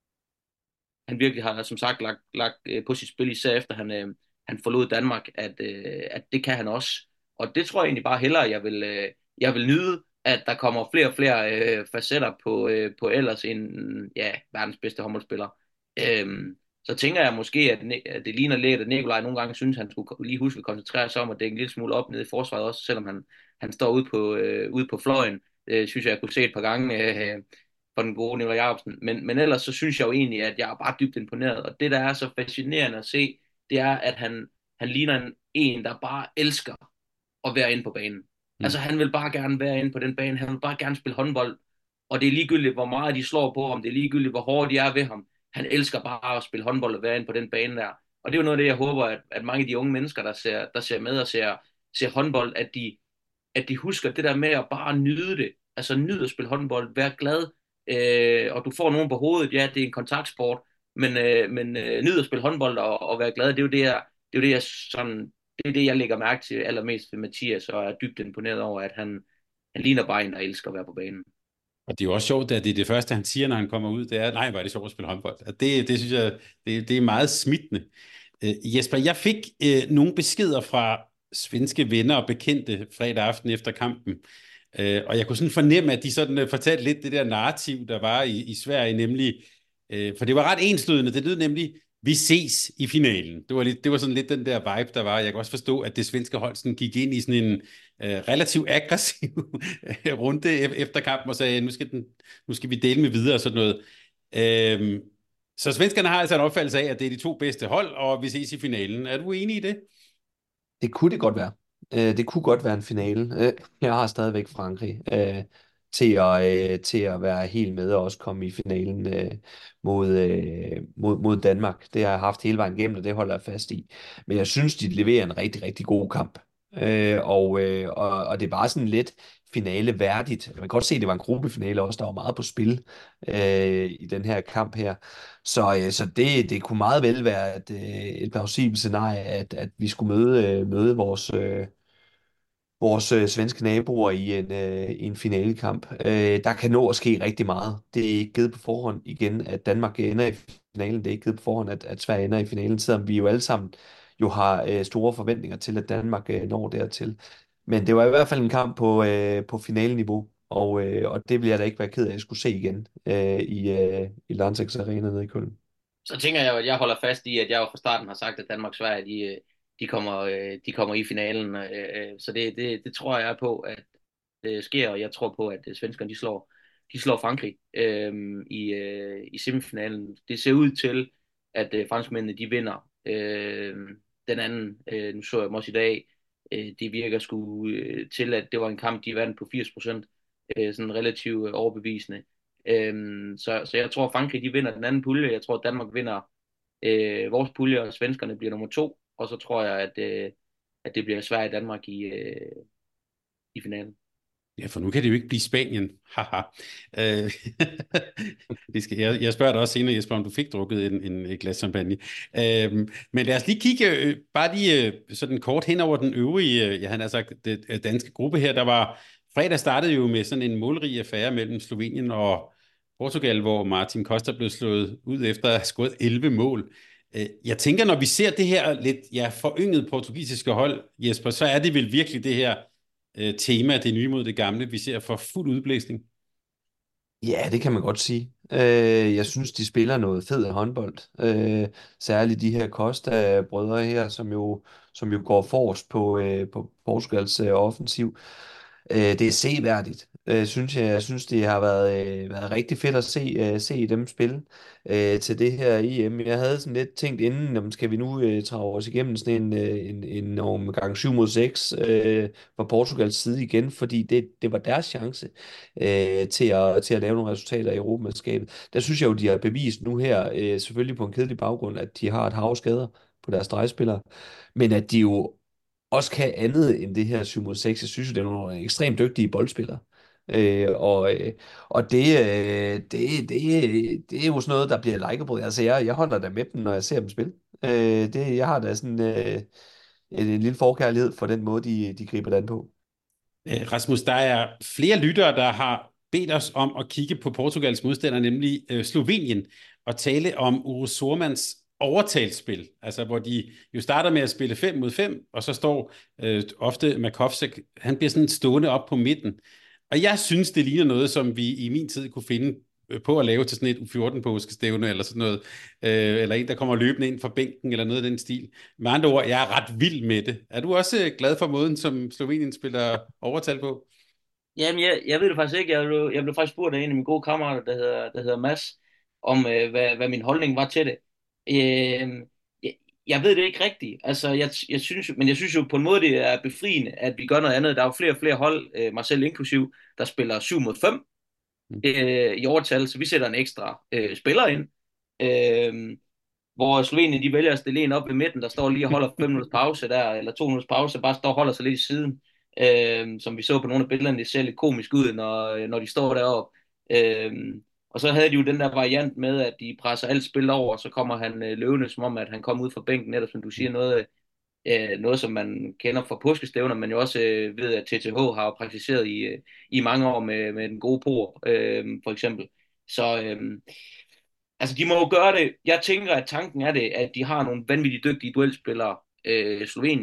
han virkelig har, som sagt, lagt, lagt øh, på sit spil, især efter han, øh, han forlod Danmark, at, øh, at det kan han også. Og det tror jeg egentlig bare hellere, jeg vil, øh, jeg vil nyde, at der kommer flere og flere øh, facetter på, øh, på ellers en ja, verdens bedste håndboldspiller. Øhm, så tænker jeg måske, at, at det ligner lidt, at Nikolaj nogle gange synes, at han skulle lige huske at koncentrere sig om at dække en lille smule op nede i forsvaret også, selvom han, han står ude på, øh, ude på fløjen. Det synes jeg, jeg kunne se et par gange øh, for den gode Nikolaj Jacobsen. Men, men ellers så synes jeg jo egentlig, at jeg er bare dybt imponeret. Og det, der er så fascinerende at se, det er, at han, han ligner en, en, der bare elsker at være inde på banen. Mm. Altså han vil bare gerne være inde på den bane, han vil bare gerne spille håndbold, og det er ligegyldigt, hvor meget de slår på ham, det er ligegyldigt, hvor hårdt de er ved ham. Han elsker bare at spille håndbold og være inde på den bane der. Og det er jo noget af det, jeg håber, at, at mange af de unge mennesker, der ser, der ser med og ser, ser håndbold, at de, at de husker det der med at bare nyde det. Altså nyde at spille håndbold, være glad, øh, og du får nogen på hovedet, ja, det er en kontaktsport, men, øh, men øh, nyde at spille håndbold og, og være glad, det er jo det, jeg, det er jo det, jeg sådan, det er det, jeg lægger mærke til allermest ved Mathias, og er dybt imponeret over, at han, han ligner bare en, der elsker at være på banen. Og det er jo også sjovt, at det er det første, han siger, når han kommer ud, det er, nej, hvor er det sjovt at spille håndbold. Og det, det synes jeg, det, det er meget smittende. Øh, Jesper, jeg fik øh, nogle beskeder fra svenske venner og bekendte fredag aften efter kampen. Øh, og jeg kunne sådan fornemme, at de sådan øh, fortalte lidt det der narrativ, der var i, i Sverige, nemlig, øh, for det var ret enslydende, det lød nemlig, vi ses i finalen. Det var, lidt, det var sådan lidt den der vibe, der var. Jeg kan også forstå, at det svenske hold sådan gik ind i sådan en øh, relativt aggressiv runde efter kampen og sagde, nu skal, den, nu skal vi dele med videre og sådan noget. Øh, så svenskerne har altså en opfattelse af, at det er de to bedste hold, og vi ses i finalen. Er du enig i det? Det kunne det godt være. Øh, det kunne godt være en finale. Øh, jeg har stadigvæk Frankrig øh, til at, øh, til at være helt med og også komme i finalen øh, mod, øh, mod, mod Danmark. Det har jeg haft hele vejen igennem, og det holder jeg fast i. Men jeg synes, de leverer en rigtig, rigtig god kamp. Øh, og, øh, og, og det er bare sådan lidt finale værdigt. Man kan godt se, at det var en gruppefinale også. Der var meget på spil øh, i den her kamp her. Så, øh, så det, det kunne meget vel være et, øh, et plausibelt scenarie, at, at vi skulle møde, øh, møde vores, øh, vores øh, svenske naboer i en, øh, i en finalekamp. Øh, der kan nå at ske rigtig meget. Det er ikke givet på forhånd igen, at Danmark ender i finalen. Det er ikke givet på forhånd, at, at Sverige ender i finalen, selvom vi jo alle sammen jo har øh, store forventninger til, at Danmark øh, når dertil. Men det var i hvert fald en kamp på, øh, på finaleniveau, og, øh, og det ville jeg da ikke være ked af, at jeg skulle se igen øh, i, øh, i Landsæks Arena nede i Køln. Så tænker jeg jo, at jeg holder fast i, at jeg jo fra starten har sagt, at Danmark og Sverige, de, øh, de, kommer, øh, de kommer i finalen. Øh, øh, Så det, det, det tror jeg på, at det sker, og jeg tror på, at øh, svenskerne, de slår, de slår Frankrig øh, i, øh, i semifinalen. Det ser ud til, at øh, franskmændene, de vinder. Øh, Den anden, øh, nu så jeg dem også i dag, øh, det virker sgu øh, til, at det var en kamp, de vandt på firs procent, øh, sådan relativt øh, overbevisende. Øhm, så, så jeg tror, Frankrig de vinder den anden pulje. Jeg tror, at Danmark vinder øh, vores pulje, og svenskerne bliver nummer to. Og så tror jeg, at, øh, at det bliver Sverige og Danmark i, øh, i finalen. Ja, for nu kan det jo ikke blive Spanien. Haha. Øh, det skal, jeg, jeg spørger dig også senere, Jesper, om du fik drukket en, en, et glas champagne. Øh, men lad os lige kigge øh, bare lige øh, sådan kort hen over den øvrige, øh, ja, han har sagt, det, øh, danske gruppe her. Der var, fredag startede jo med sådan en målrig affære mellem Slovenien og Portugal, hvor Martin Costa blev slået ud efter at have scoret elleve mål. Øh, Jeg tænker, når vi ser det her lidt ja, foryngede portugisiske hold, Jesper, så er det vel virkelig det her øh, tema, det nye mod det gamle, vi ser for fuld udblæsning. Ja, det kan man godt sige. Øh, jeg synes, de spiller noget fed håndbold. Øh, særligt de her Costa-brødre her, som jo, som jo går forrest på, øh, på Portugals øh, offensiv. Øh, det er seværdigt, øh, synes jeg. Jeg synes, det har været, øh, været rigtig fedt at se, øh, se dem spille øh, til det her E M. Jeg havde sådan lidt tænkt inden, om skal vi nu øh, trage os igennem sådan en, øh, en, en omgang syv mod seks øh, fra Portugals side igen, fordi det, det var deres chance øh, til, at, til at lave nogle resultater i Europamesterskabet. Der synes jeg jo, de har bevist nu her, øh, selvfølgelig på en kedelig baggrund, at de har et hav af skader på deres drejespillere, men at de jo også kan andet end det her syv mod seks. Jeg synes jo, det er nogle ekstremt dygtige boldspillere. Øh, og øh, og det, øh, det, det, det er jo sådan noget, der bliver likeable. Altså, jeg, jeg holder da med dem, når jeg ser dem spille. Øh, det, jeg har da sådan øh, en, en lille forkærlighed for den måde, de, de griber det an på. Øh, Rasmus, der er flere lyttere, der har bedt os om at kigge på Portugals modstander, nemlig øh, Slovenien, og tale om Uros Sormans overtalsspil, altså hvor de jo starter med at spille fem mod fem, og så står øh, ofte Makovsek, han bliver sådan stående op på midten. Og jeg synes, det ligner noget, som vi i min tid kunne finde øh, på at lave til sådan et U fjorten-påskestævne, eller sådan noget, øh, eller en, der kommer løbende ind fra bænken, eller noget af den stil. Med andre ord, jeg er ret vild med det. Er du også øh, glad for måden, som Slovenien spiller overtal på? Jamen, jeg, jeg ved det faktisk ikke. Jeg blev, jeg blev faktisk spurgt af en af mine gode kammerater, der hedder, der hedder Mads, om øh, hvad, hvad min holdning var til det. Øh, jeg, jeg ved det ikke rigtigt. Altså, jeg, jeg synes, jo- men jeg synes jo på en måde, det er befriende, at vi gør noget andet. Der er jo flere og flere hold, øh, mig selv inklusiv, der spiller syv mod fem øh, i overtal, så vi sætter en ekstra øh, spiller ind. Øh, hvor Slovenien de vælger at stille en op ved midten, der står lige og holder fem minutters pause der, eller to minutters pause, bare står og holder sig lidt i siden. Øh, som vi så på nogle af billederne, det ser lidt komisk ud, når, når de står deroppe. Øh, og så havde de jo den der variant med, at de presser alt spil over, og så kommer han øh, løvende, som om at han kommer ud fra bænken, netop som du siger, noget, øh, noget som man kender fra påskestævner, men jo også øh, ved, at T T H har jo praktiseret i, øh, i mange år med, med den gode por, øh, for eksempel. Så øh, altså, de må jo gøre det. Jeg tænker, at tanken er det, at de har nogle vanvittigt dygtige duelspillere, øh, Slovenien,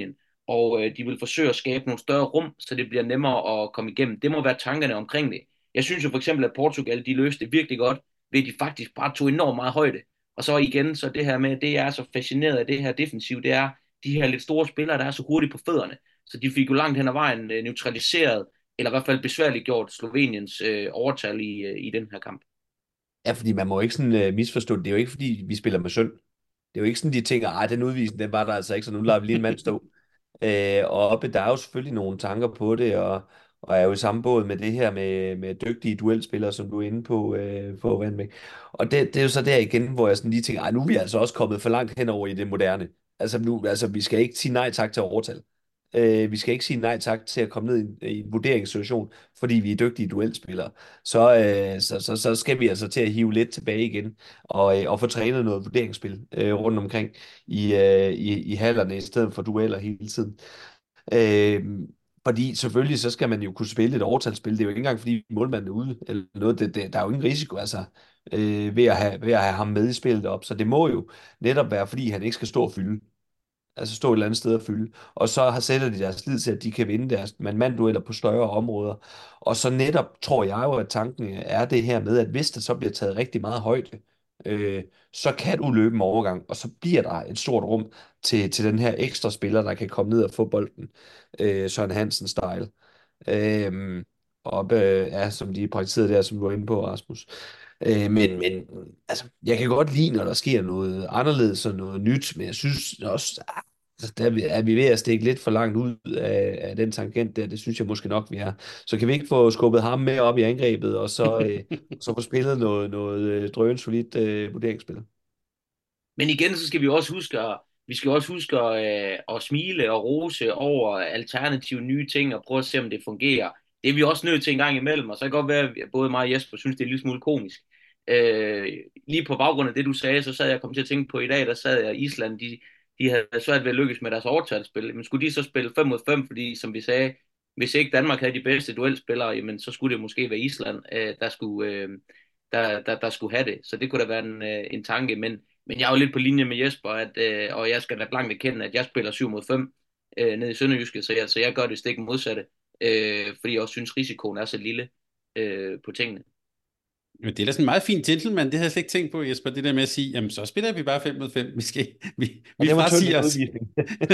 og øh, de vil forsøge at skabe nogle større rum, så det bliver nemmere at komme igennem. Det må være tankerne omkring det. Jeg synes jo for eksempel, at Portugal, de løste det virkelig godt, ved at de faktisk bare tog enormt meget højde. Og så igen, så det her med, det er så fascineret af det her defensiv, det er de her lidt store spillere, der er så hurtigt på fødderne. Så de fik jo langt hen ad vejen øh, neutraliseret, eller i hvert fald besværligt gjort Sloveniens øh, overtal i, øh, i den her kamp. Ja, fordi man må jo ikke sådan uh, misforstå det. Det er jo ikke, fordi vi spiller med synd. Det er jo ikke sådan, de tænker, ej, den udvisning, den var der altså ikke, så nu lader vi lige en mand stå. Øh, og oppe, der er jo selvfølgelig nogle tanker på det, og, og er jo i samme båd med det her med, med dygtige duelspillere, som du er inde på, øh, på Vandbæk. Og det, det er jo så der igen, hvor jeg sådan lige tænker, ej, nu er vi altså også kommet for langt henover i det moderne. Altså, nu, altså vi skal ikke sige nej tak til overtal. Øh, vi skal ikke sige nej tak til at komme ned i en, i en vurderingssituation, fordi vi er dygtige duelspillere. Så, øh, så, så, så skal vi altså til at hive lidt tilbage igen, og, øh, og få trænet noget vurderingsspil øh, rundt omkring i, øh, i, i hallerne, i stedet for dueller hele tiden. Øh, fordi selvfølgelig så skal man jo kunne spille et overtalsspil. Det er jo ikke engang fordi målmanden er ude eller noget. Det, det, der er jo ingen risiko altså, øh, ved, at have, ved at have ham med i spillet op. Så det må jo netop være, fordi han ikke skal stå og fylde. Altså stå et eller andet sted og fylde. Og så har sætter de deres lid til, at de kan vinde deres mand-mand-dueller på større områder. Og så netop tror jeg jo, at tanken er det her med, at hvis der så bliver taget rigtig meget højde, øh, så kan du løbe en overgang, og så bliver der et stort rum til, til den her ekstra spiller, der kan komme ned og få bolden. Øh, Søren Hansen-style. Øh, op, øh, ja, som de praktiserede der, som du var inde på, Rasmus. Øh, men, men altså, jeg kan godt lide, når der sker noget anderledes og noget nyt, men jeg synes også, ah, altså, der er vi, er vi ved at stikke lidt for langt ud af, af den tangent der. Det synes jeg måske nok, vi er. Så kan vi ikke få skubbet ham med op i angrebet, og så, øh, så få spillet noget, noget øh, drøn solidt øh, vurderingsspil. Men igen, så skal vi også huske at, vi skal også huske at, øh, at smile og rose over alternative nye ting og prøve at se, om det fungerer. Det er vi også nødt til en gang imellem, og så kan det godt være, at både mig og Jesper synes, det er en lille smule komisk. Øh, lige på baggrund af det, du sagde, så sad jeg kom til at tænke på i dag, der sad jeg Island, de, de havde svært ved at lykkes med deres overtalsspil. Men skulle de så spille fem mod fem, fordi som vi sagde, hvis ikke Danmark havde de bedste duelspillere, jamen, så skulle det måske være Island, øh, der, skulle, øh, der, der, der skulle have det. Så det kunne da være en, øh, en tanke, men men jeg er jo lidt på linje med Jesper, at, øh, og jeg skal da blankt erkende, at jeg spiller syv mod fem øh, nede i Sønderjyske, så jeg, så jeg gør det stik modsatte, øh, fordi jeg også synes, risikoen er så lille øh, på tingene. Men det er da sådan en meget fin gentleman, det havde jeg slet ikke tænkt på, Jesper, det der med at sige, jamen så spiller vi bare fem mod fem, vi skal, vi, vi det var frasiger en os. udvisning.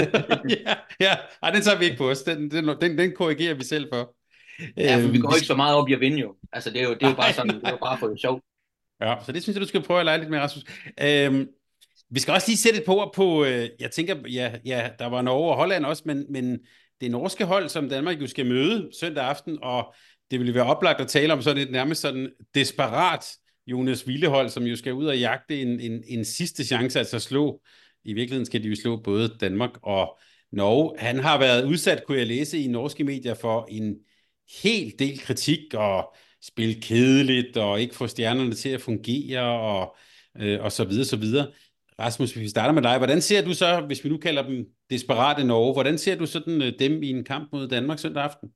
ja, ja. Ej, den tager vi ikke på os, den, den, den, den korrigerer vi selv for. Ja, for vi Øhm, går vi ikke så meget op i at vinde jo. Altså, det er jo, det er jo bare sådan, det er jo bare for det sjovt. Ja, så det synes jeg, du skal prøve at lege lidt med, Rasmus. Øhm, vi skal også lige sætte et par ord på, øh, jeg tænker, ja, ja, der var Norge og Holland også, men, men det norske hold, som Danmark jo skal møde søndag aften, og det ville være oplagt at tale om sådan et nærmest sådan desperat Jonas Villehold, som jo skal ud og jagte en, en, en sidste chance, altså slå. I virkeligheden skal de jo slå både Danmark og Norge. Han har været udsat, kunne jeg læse i norske medier, for en hel del kritik og spille kedeligt og ikke få stjernerne til at fungere og, øh, og så videre, så videre. Rasmus, hvis vi starter med dig, hvordan ser du så, hvis vi nu kalder dem desperate Norge, hvordan ser du sådan øh, dem i en kamp mod Danmark søndag aften?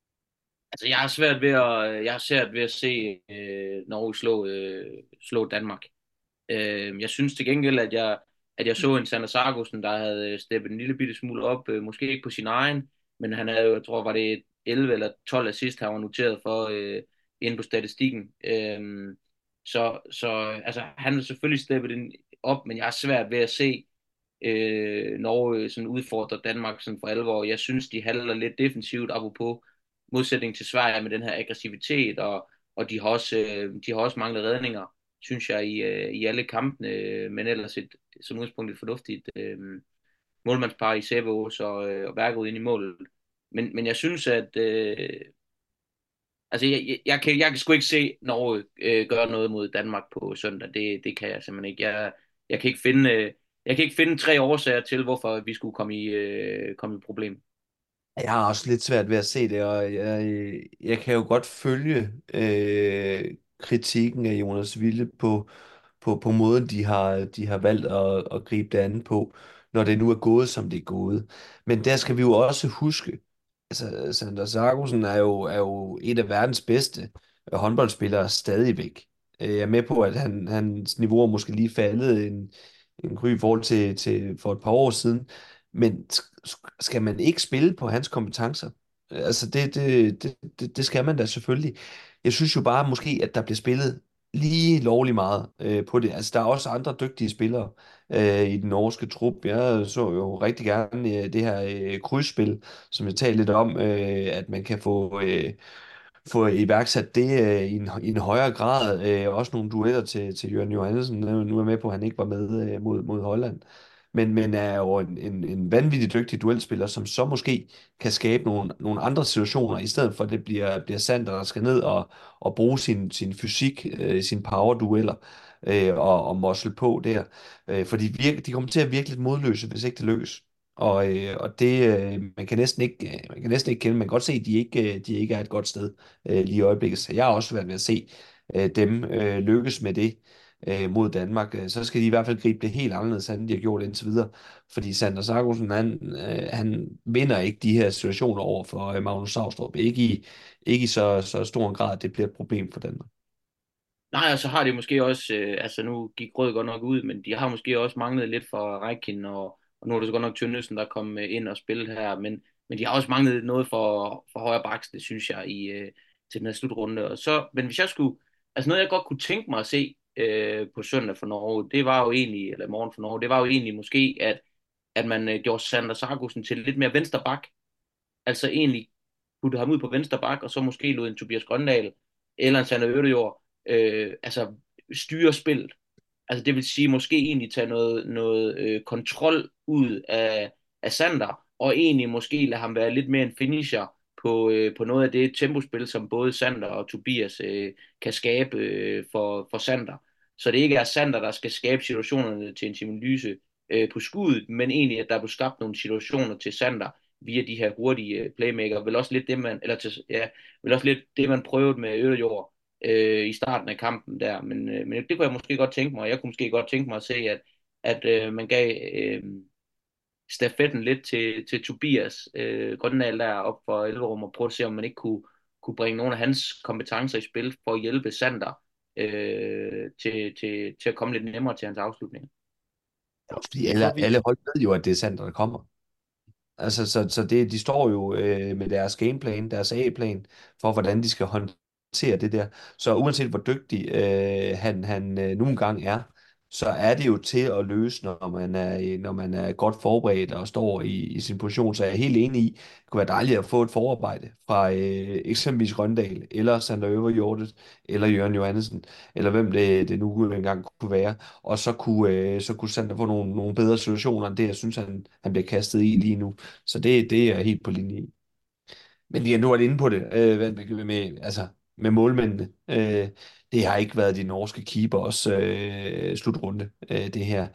Altså, jeg har svært ved at, jeg har svært ved at se øh, Norge slå, øh, slå Danmark. Øh, jeg synes til gengæld, at jeg, at jeg så en Sander Sargussen, der havde steppet en lille bitte smule op, øh, måske ikke på sin egen, men han havde jo, jeg tror, var det elleve eller tolv assist, han var noteret for øh, inde på statistikken. Øh, så, så altså, han har selvfølgelig steppet den op, men jeg har svært ved at se øh, Norge sådan udfordre Danmark sådan for alvor. Jeg synes, de handler lidt defensivt, apropos modsætning til Sverige med den her aggressivitet, og, og de, har også, øh, de har også manglet redninger, synes jeg, i, øh, i alle kampene, øh, men ellers et, som udgangspunkt et fornuftigt øh, målmandspar i Sæbeås og, øh, og Værkerud ind i målet. Men, men jeg synes, at øh, altså, jeg, jeg, jeg, kan, jeg kan sgu ikke se Norge øh, gøre noget mod Danmark på søndag. Det, det kan jeg simpelthen ikke. Jeg, jeg, kan ikke finde, øh, jeg kan ikke finde tre årsager til, hvorfor vi skulle komme i, øh, komme i problem. Jeg har også lidt svært ved at se det, og jeg, jeg kan jo godt følge øh, kritikken af Jonas Ville på, på, på måden, de har, de har valgt at, at gribe det andet på, når det nu er gået, som det er gået. Men der skal vi jo også huske, altså Sander Sargussen er jo, er jo et af verdens bedste håndboldspillere stadigvæk. Øh, Jeg er med på, at han, hans niveau er måske lige faldet en, en gry i forhold til, til for et par år siden, Men sk- skal man ikke spille på hans kompetencer? Altså, det, det, det, det, det skal man da selvfølgelig. Jeg synes jo bare måske, at der bliver spillet lige lovlig meget øh, på det. Altså, der er også andre dygtige spillere øh, i den norske trup. Jeg så jo rigtig gerne øh, det her øh, krydsspil, som jeg talte lidt om, øh, at man kan få, øh, få iværksat det øh, i, en, i en højere grad. Øh, også nogle dueller til, til Jørgen Johansen. Nu nu er jeg med på, at han ikke var med øh, mod, mod Holland. Men, men er jo en, en, en vanvittig dygtig duelspiller, som så måske kan skabe nogle, nogle andre situationer, i stedet for at det bliver, bliver Sander, der skal ned og, og bruge sin, sin fysik, øh, sin power-dueller øh, og, og mosle på der. Øh, for de, virke, de kommer til at virke lidt modløse, hvis ikke det lykkes. Og, øh, og det, øh, man kan næsten ikke, øh, man kan næsten ikke kende, man kan godt se, at de ikke, øh, de ikke er et godt sted øh, lige i øjeblikket. Så jeg har også været ved at se øh, dem øh, lykkes med det øh, mod Danmark. Øh, Så skal de i hvert fald gribe det helt anderledes, end de har gjort indtil videre. Fordi Sander Sargussen, han, øh, han vinder ikke de her situationer over for øh, Magnus Saustrup. Ikke i, ikke i så, så stor en grad, at det bliver et problem for Danmark. Nej, og så har de måske også, øh, altså nu gik Rød godt nok ud, men de har måske også manglet lidt for Rækkin, og, og nu er det så godt nok Tønnesen, der kom øh, ind og spillet her, men, men de har også manglet noget for, for højre baks, det synes jeg, i, øh, til den her slutrunde. Og så, men hvis jeg skulle, altså noget jeg godt kunne tænke mig at se øh, på søndag for Norge, det var jo egentlig, eller i morgen for Norge, det var jo egentlig måske, at, at man øh, gjorde Sander Sargussen til lidt mere venstre bak, altså egentlig putte ham ud på venstre bak, og så måske lod en Tobias Grøndal eller en Sander Ødegaard øh, altså styre spillet. Altså det vil sige måske egentlig tage noget, noget øh, kontrol ud af, af Sander, og egentlig måske lade ham være lidt mere en finisher på, øh, på noget af det tempospil, som både Sander og Tobias øh, kan skabe øh, for, for Sander. Så det ikke er Sander, der skal skabe situationerne til en Simon Lyse øh, på skuddet, men egentlig, at der blev skabt nogle situationer til Sander via de her hurtige øh, playmaker. Vel også lidt det, man, eller til, ja, vel også lidt det, man prøvede med Ødegaard øh, i starten af kampen der. Men, øh, men det kunne jeg måske godt tænke mig. Jeg kunne måske godt tænke mig at se, at, at øh, man gav øh, stafetten lidt til, til Tobias øh, Grøndal der op for Elverum og prøve at se, om man ikke kunne, kunne bringe nogle af hans kompetencer i spil for at hjælpe Sander øh, til, til, til at komme lidt nemmere til hans afslutning. Også fordi alle, alle hold ved jo, at det er Sander, der kommer. Altså, så, så det, de står jo øh, med deres gameplan, deres A-plan, for hvordan de skal håndtere det der. Så uanset hvor dygtig øh, han, han øh, nogle gange er, så er det jo til at løse, når man er, når man er godt forberedt og står i, i sin position. Så jeg er helt enig i, det kunne være dejligt at få et forarbejde fra øh, eksempelvis Grøndal, eller Sander Øverjordet, eller Jørgen Johansen, eller hvem det, det nu engang kunne være. Og så kunne, øh, så kunne Sander få nogle, nogle bedre situationer, end det, jeg synes, han, han bliver kastet i lige nu. Så det, det er jeg helt på linje i. Men vi har nu været inde på det, øh, hvad- med, med, altså, med målmændene. Øh, det har ikke været de norske keepers øh, slutrunde, øh, det her.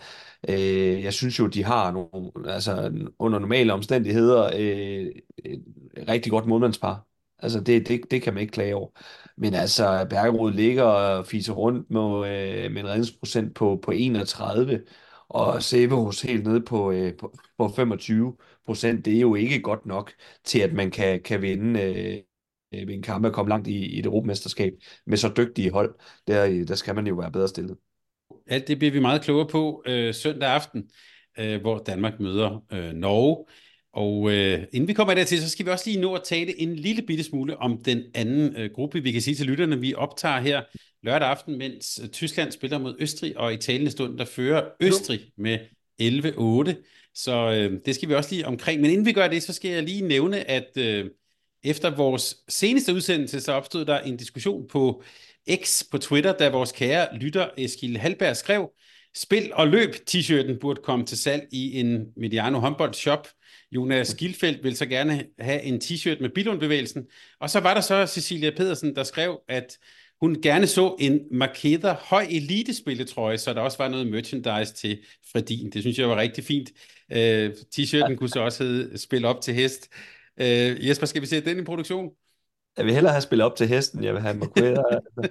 Øh, jeg synes jo, de har nogle, altså, under normale omstændigheder øh, et rigtig godt målmandspar. Altså, det, det, det kan man ikke klage over. Men altså, Bergerud ligger og fiser rundt med, øh, med en redningsprocent på, på enogtredive, og Severus helt nede på, øh, på, på femogtyve procent. Det er jo ikke godt nok til, at man kan, kan vinde øh, øh, ved en kamp og komme langt i, i et europamesterskab med så dygtige hold. Der, der skal man jo være bedre stillet. Alt det bliver vi meget klogere på øh, søndag aften, øh, hvor Danmark møder øh, Norge. Og øh, inden vi kommer dertil, så skal vi også lige nå at tale en lille bitte smule om den anden øh, gruppe. Vi kan sige til lytterne, vi optager her lørdag aften, mens øh, Tyskland spiller mod Østrig, og i talende stund, der fører Østrig med elleve otte. Så øh, det skal vi også lige omkring. Men inden vi gør det, så skal jeg lige nævne, at øh, efter vores seneste udsendelse, så opstod der en diskussion på X på Twitter, da vores kære lytter Eskil Halberg skrev, spil og løb t-shirten burde komme til salg i en Mediano håndbold shop. Jonas Gilfeldt vil så gerne have en t-shirt med Billund-bevægelsen. Og så var der så Cecilia Pedersen, der skrev, at hun gerne så en Makeda høj elitespilletrøje, så der også var noget merchandise til Fredin. Det synes jeg var rigtig fint. Uh, t-shirten kunne så også hedde spil op til hest. Uh, Jesper, skal vi se den i produktion? Jeg vil hellere have spillet op til hesten, jeg vil have McQuaid.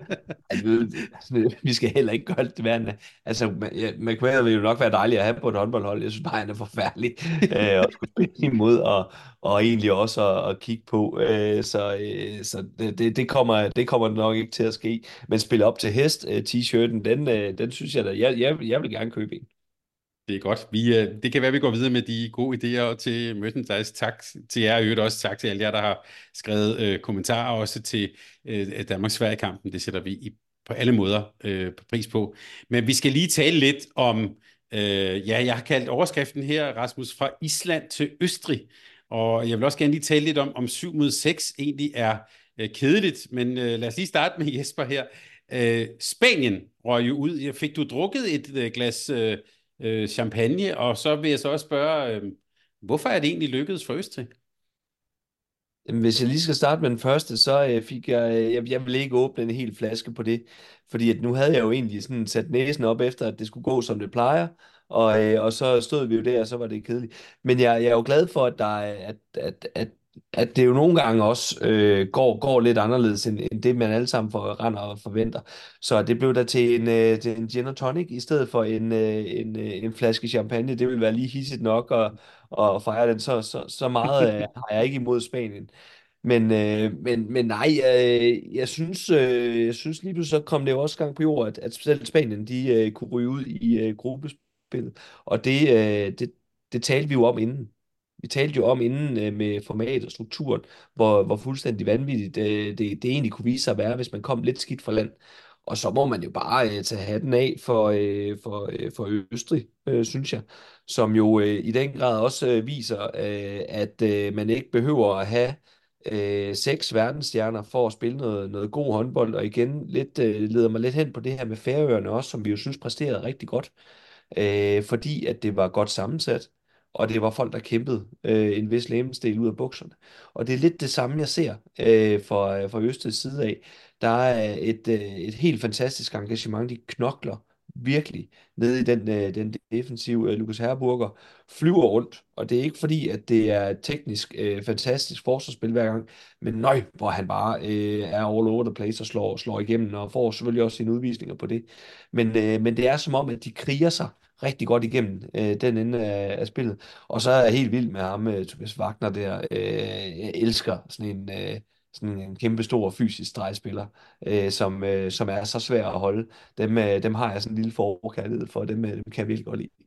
Altså, vi skal heller ikke gøre det værende. Altså, ja, McQuaid vil jo nok være dejlig at have på et håndboldhold. Jeg synes bare, han er forfærdelig øh, at skulle spille imod, og, og egentlig også at, at kigge på. Øh, så øh, så det, det, det, kommer, det kommer nok ikke til at ske. Men spille op til hest, øh, t-shirten, den, øh, den synes jeg da, jeg, jeg, jeg vil gerne købe en. Det er godt. Vi, øh, det kan være, at vi går videre med de gode idéer til merchandise. Tak til jer, og i øvrigt også tak til alle jer, der har skrevet øh, kommentarer også til øh, Danmark-Sverige-kampen. Det sætter vi i, på alle måder øh, på pris på. Men vi skal lige tale lidt om, øh, ja, jeg har kaldt overskriften her, Rasmus, fra Island til Østrig. Og jeg vil også gerne lige tale lidt om, om syv mod seks egentlig er øh, kedeligt. Men øh, lad os lige starte med Jesper her. Øh, Spanien røg jo ud. Fik du drukket et øh, glas øh, øh, champagne? Og så vil jeg så også spørge, øh, hvorfor er det egentlig lykkedes for Østrig? Jamen, hvis jeg lige skal starte med den første, så øh, fik jeg, øh, jeg, jeg ville ikke åbne en hel flaske på det, fordi at nu havde jeg jo egentlig sådan sat næsen op efter, at det skulle gå, som det plejer, og, øh, og så stod vi jo der, og så var det kedeligt. Men jeg, jeg er jo glad for, at, der, er- at, at, at, at det jo nogle gange også øh, går, går lidt anderledes, end, end det, man alle sammen for, render og forventer. Så det blev der til en, øh, til en gin og tonic, i stedet for en, øh, en, øh, en flaske champagne. Det ville være lige hissigt nok, og, og fejre den. Så, så, så meget øh, har jeg ikke imod Spanien. Men, øh, men, men nej, øh, jeg synes, øh, jeg synes lige pludselig så kom det jo også gang på jord, at, at selv Spanien, de øh, kunne ryge ud i øh, gruppespillet. Og det, øh, det, det talte vi jo om inden. Vi talte jo om inden øh, med format og strukturen, hvor, hvor fuldstændig vanvittigt øh, det, det egentlig kunne vise sig at være, hvis man kom lidt skidt fra land. Og så må man jo bare øh, tage hatten af for, øh, for, øh, for Østrig, øh, synes jeg, som jo øh, i den grad også øh, viser, øh, at øh, man ikke behøver at have øh, seks verdensstjerner for at spille noget, noget god håndbold, og igen lidt, øh, leder mig lidt hen på det her med Færøerne også, som vi jo synes præsterede rigtig godt, øh, fordi at det var godt sammensat, og det var folk, der kæmpede øh, en vis legemsdel ud af bukserne. Og det er lidt det samme, jeg ser øh, fra, fra Østrigs side af. Der er et, øh, et helt fantastisk engagement, de knokler virkelig nede i den, øh, den defensive. Øh, Lukas Herburger flyver rundt, og det er ikke fordi, at det er et teknisk øh, fantastisk forsvarsspil hver gang, men nøj, hvor han bare øh, er all over the place og slår, slår igennem, og får selvfølgelig også sine udvisninger på det. Men, øh, men det er som om, at de kriger sig rigtig godt igennem øh, den ende af, af spillet. Og så er jeg helt vild med ham, øh, Tobias Wagner der. Øh, jeg elsker sådan en, øh, sådan en kæmpe stor fysisk stregspiller, øh, som, øh, som er så svær at holde. Dem, øh, dem har jeg sådan en lille forkærlighed for, dem, øh, dem kan jeg virkelig godt lide.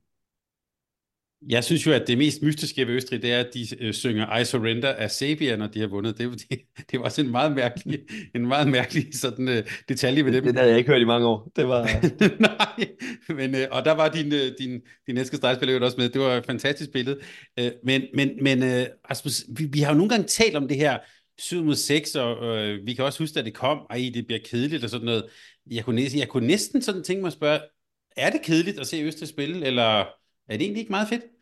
Jeg synes jo, at det mest mystiske ved Østrig, det er, at de øh, synger I Surrender af Sabia, når de har vundet. Det, det, det var også en meget mærkelig, en meget mærkelig sådan, uh, detalje ved Det, dem. det havde jeg ikke hørt i mange år. Det var... Nej, men, øh, og der var din, øh, din, din næste stregspiller jo også med. Det var et fantastisk billede. Øh, men men, men øh, Rasmus, vi, vi har jo nogle gange talt om det her syv mod seks, og øh, vi kan også huske, at det kom, ej, det bliver kedeligt og sådan noget. Jeg kunne, næsten, jeg kunne næsten sådan tænke mig at spørge, er det kedeligt at se Østrig spille, eller er det egentlig ikke meget fedt?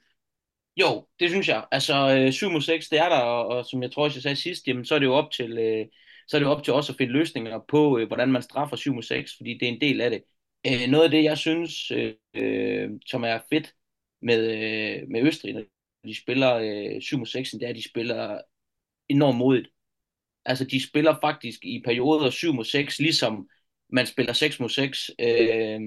Jo, det synes jeg. Altså øh, syv mod seks, det er der, og, og som jeg tror, jeg sagde sidst, jamen, så er det jo op til, øh, så er det jo op til os at finde løsninger på, øh, hvordan man straffer syv mod seks, fordi det er en del af det. Øh, noget af det, jeg synes, øh, øh, som er fedt med, øh, med Østrig, når de spiller øh, syv mod seks, det er, at de spiller enormt modigt. Altså, de spiller faktisk i perioder syv mod seks, ligesom man spiller seks mod seks. Øh,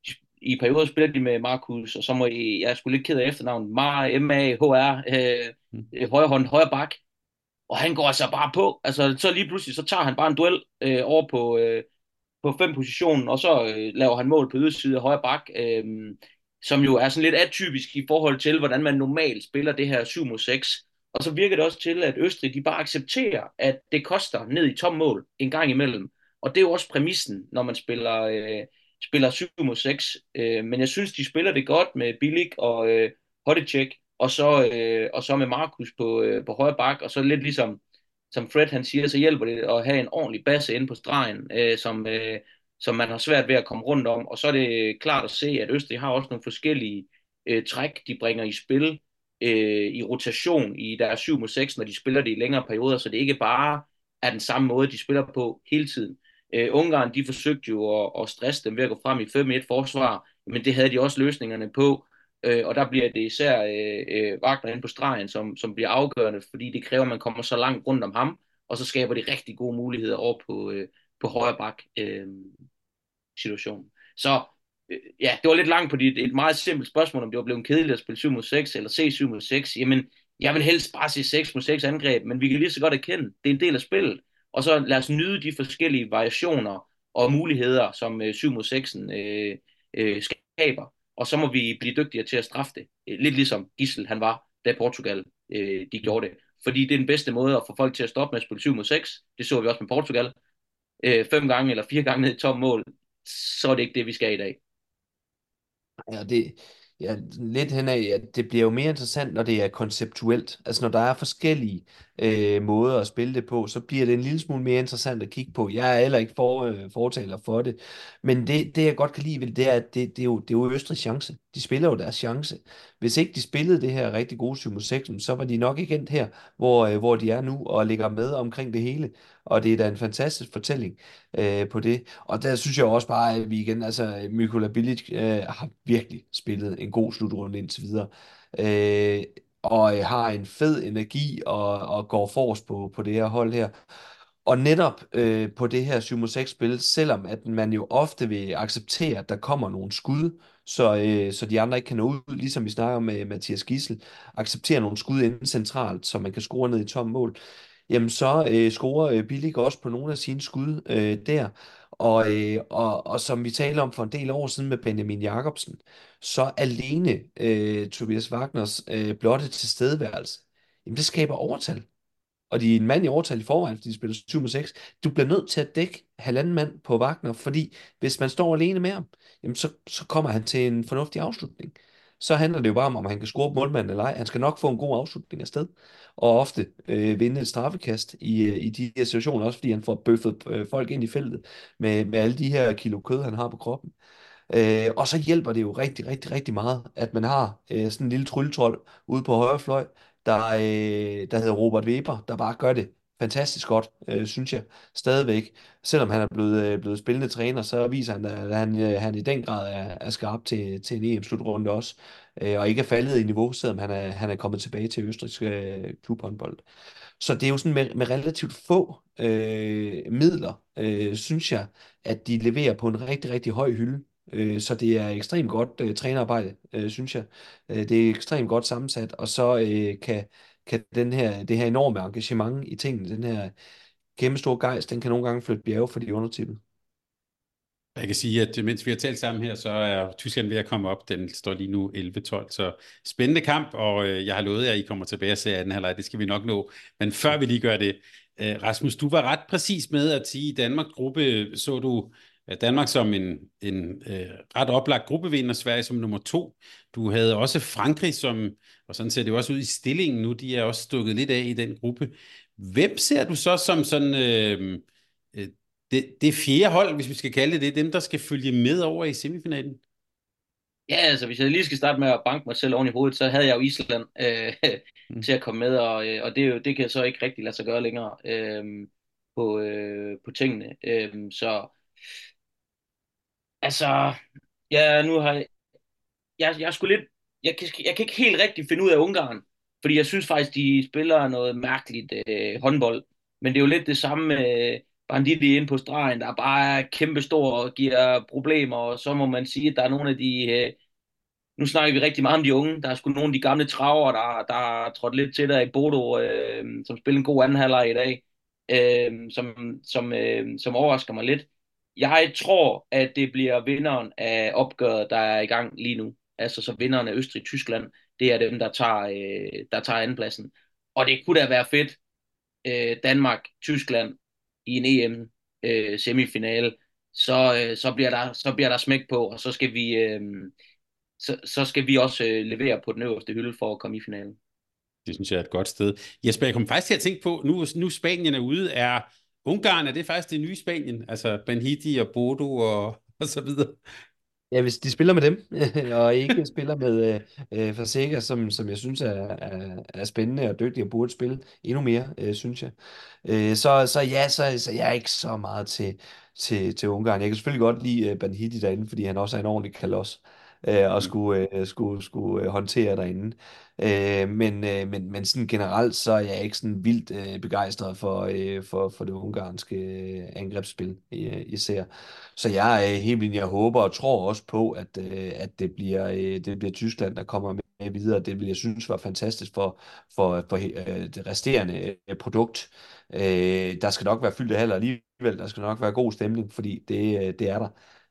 I perioder spiller de med Markus, og så må I, jeg er sgu lidt ked af efternavnet, Mar, M A H R, øh, højre hånd, højre bak. Og han går altså bare på. Altså, så lige pludselig, så tager han bare en duel øh, over på, øh, på fem positionen, og så øh, laver han mål på yderside af højre bak, øh, som jo er sådan lidt atypisk i forhold til, hvordan man normalt spiller det her syv mod seks. Og så virker det også til, at Østrig de bare accepterer, at det koster ned i tom mål en gang imellem. Og det er jo også præmissen, når man spiller, øh, spiller syv mod seks. Øh, men jeg synes, de spiller det godt med Bilic og øh, Hodicek, og så, øh, og så med Markus på, øh, på højre bak, og så lidt ligesom som Fred han siger, så hjælper det at have en ordentlig base inde på stregen, øh, som, øh, som man har svært ved at komme rundt om. Og så er det klart at se, at Østrig har også nogle forskellige øh, træk, de bringer i spil øh, i rotation i deres syv mod seks, når de spiller det i længere perioder, så det ikke bare er den samme måde, de spiller på hele tiden. Øh, Ungarn, de forsøgte jo at, at stresse dem ved at gå frem i fem et forsvar, men det havde de også løsningerne på. Øh, og der bliver det især øh, øh, Wagner inde på stregen, som, som bliver afgørende, fordi det kræver, at man kommer så langt rundt om ham, og så skaber de rigtig gode muligheder over på, øh, på højre bak øh, situationen. Så øh, ja, det var lidt langt på dit, et meget simpelt spørgsmål, om det var blevet kedeligt at spille syv mod seks, eller se syv mod seks. Jamen, jeg vil helst bare se seks mod seks angreb, men vi kan lige så godt erkende, det er en del af spillet. Og så lad os nyde de forskellige variationer og muligheder, som øh, syv mod seks øh, øh, skaber. og så må vi blive dygtigere til at straffe det. Øh, Lidt ligesom Gissel han var, da Portugal øh, de gjorde det. Fordi det er den bedste måde at få folk til at stoppe med at spille syv mod seks. Det så vi også med Portugal. Øh, fem gange eller fire gange ned i tom mål, så er det ikke det, vi skal i dag. Ja, det, ja, lidt hen af, at det bliver jo mere interessant, når det er konceptuelt. Altså når der er forskellige øh, måder at spille det på, så bliver det en lille smule mere interessant at kigge på. Jeg er heller ikke for, øh, fortaler for det, men det, det jeg godt kan lide ved det, det er, at det, det, er jo, det er jo Østrigs chance. De spiller jo deres chance. Hvis ikke de spillede det her rigtig gode syv mod seks, så var de nok ikke endt her, hvor, øh, hvor de er nu, og ligger med omkring det hele. Og det er da en fantastisk fortælling øh, på det. Og der synes jeg også bare, at vi igen, altså Mykola Bilic øh, har virkelig spillet en god slutrunde indtil videre. Øh, og øh, har en fed energi og, og går forrest på, på det her hold her. Og netop øh, på det her syv mod seks spil, selvom at man jo ofte vil acceptere, at der kommer nogle skud, så, øh, så de andre ikke kan nå ud, ligesom vi snakker med Mathias Gidsel, acceptere nogle skud inden centralt, så man kan score ned i tom mål, jamen så øh, scorer øh, Billig også på nogle af sine skud øh, der. Og, øh, og, og som vi talte om for en del år siden med Benjamin Jakobsen, så alene øh, Tobias Wagners øh, blotte tilstedeværelse, jamen det skaber overtal. Og de er en mand i overtal i forvejen, fordi de spiller syv mod seks. Du bliver nødt til at dække halvanden mand på Wagner, fordi hvis man står alene med ham, jamen så, så kommer han til en fornuftig afslutning. Så handler det jo bare om, om han kan score på målmanden eller ej. Han skal nok få en god afslutning af sted, og ofte øh, vinde et straffekast i, øh, i de her situationer, også fordi han får bøffet øh, folk ind i feltet med, med alle de her kilo kød, han har på kroppen. Øh, og så hjælper det jo rigtig, rigtig, rigtig meget, at man har øh, sådan en lille trylletrold ude på højre fløj, der, øh, der hedder Robert Weber, der bare gør det fantastisk godt, øh, synes jeg, stadigvæk. Selvom han er blevet, øh, blevet spillende træner, så viser han, at han, øh, han i den grad er, er skarp til, til en E M-slutrunde også, øh, og ikke er faldet i niveau, selvom han er, han er kommet tilbage til østrigsk øh, klubhåndbold. Så det er jo sådan med, med relativt få øh, midler, øh, synes jeg, at de leverer på en rigtig, rigtig høj hylde. Øh, så det er ekstremt godt øh, trænerarbejde, øh, synes jeg. Øh, det er ekstremt godt sammensat, og så øh, kan, kan den her, det her enorme engagement i tingene, den her kæmpe store gejst, den kan nogle gange flytte bjerge for de undertippede. Jeg kan sige, at mens vi har talt sammen her, så er Tyskland ved at komme op. Den står lige nu elleve tolv, så spændende kamp, og øh, jeg har lovet jer, at I kommer tilbage og ser anden halvleg. Det skal vi nok nå. Men før vi lige gør det, øh, Rasmus, du var ret præcis med at sige, at i Danmarks gruppe så du øh, Danmark som en, en øh, ret oplagt gruppevinder, Sverige som nummer to. Du havde også Frankrig som, og sådan ser det jo også ud i stillingen nu, de er også stukket lidt af i den gruppe. Hvem ser du så som sådan... Øh, øh, det, det fjerde hold, hvis vi skal kalde det det, dem, der skal følge med over i semifinalen? Ja, altså hvis jeg lige skal starte med at banke mig selv oven i hovedet, så havde jeg jo Island øh, Mm. til at komme med, og, øh, og det, er jo, det kan så ikke rigtig lade sig gøre længere øh, på, øh, på tingene. Øh, så altså, ja, nu har jeg, jeg, jeg, er sgu lidt, jeg, kan, jeg kan ikke helt rigtig finde ud af Ungarn, fordi jeg synes faktisk, de spiller noget mærkeligt øh, håndbold, men det er jo lidt det samme med Banditi inde på stregen, der bare er kæmpestor og giver problemer, og så må man sige, at der er nogle af de øh, nu snakker vi rigtig meget om de unge. Der er sgu nogle af de gamle traver, der, der er trådt lidt til der i Bodo, øh, som spiller en god anden halvleg i dag, øh, som, som, øh, som overrasker mig lidt. Jeg tror, at det bliver vinderen af opgøret, der er i gang lige nu. Altså så vinderen af Østrig-Tyskland, det er dem, der tager, øh, der tager andenpladsen. Og det kunne da være fedt, øh, Danmark-Tyskland i en E M øh, semifinale. Så, øh, så, bliver der, så bliver der smæk på, og så skal vi... Øh, så, så skal vi også øh, levere på den øverste hylde for at komme i finalen. Det synes jeg er et godt sted. Jesper, jeg kom faktisk til at tænke på, nu, nu Spanien er ude, er Ungarn, er det faktisk det nye Spanien? Altså Banhiti og Bodo og, og så videre. Ja, hvis de spiller med dem, og ikke spiller med øh, øh, Fonseca, som, som jeg synes er, er, er spændende og dygtig og burde spille endnu mere, øh, synes jeg. Øh, så, så ja, så, så jeg er ikke så meget til, til, til Ungarn. Jeg kan selvfølgelig godt lide øh, Banhiti derinde, fordi han også er en ordentlig kalos øh, og Mm. skulle, øh, skulle, skulle øh, håndtere derinde. Øh, men, øh, men, men sådan generelt, så er jeg ikke sådan vildt øh, begejstret for, øh, for, for det ungarske øh, angrebsspil øh, især. Så jeg er helt vildt, jeg håber og tror også på, at, øh, at det bliver, øh, det bliver Tyskland, der kommer med videre. Det vil jeg synes var fantastisk for, for, for øh, det resterende øh, produkt. Øh, der skal nok være fyldte haller alligevel, der skal nok være god stemning, fordi det, øh, det er der.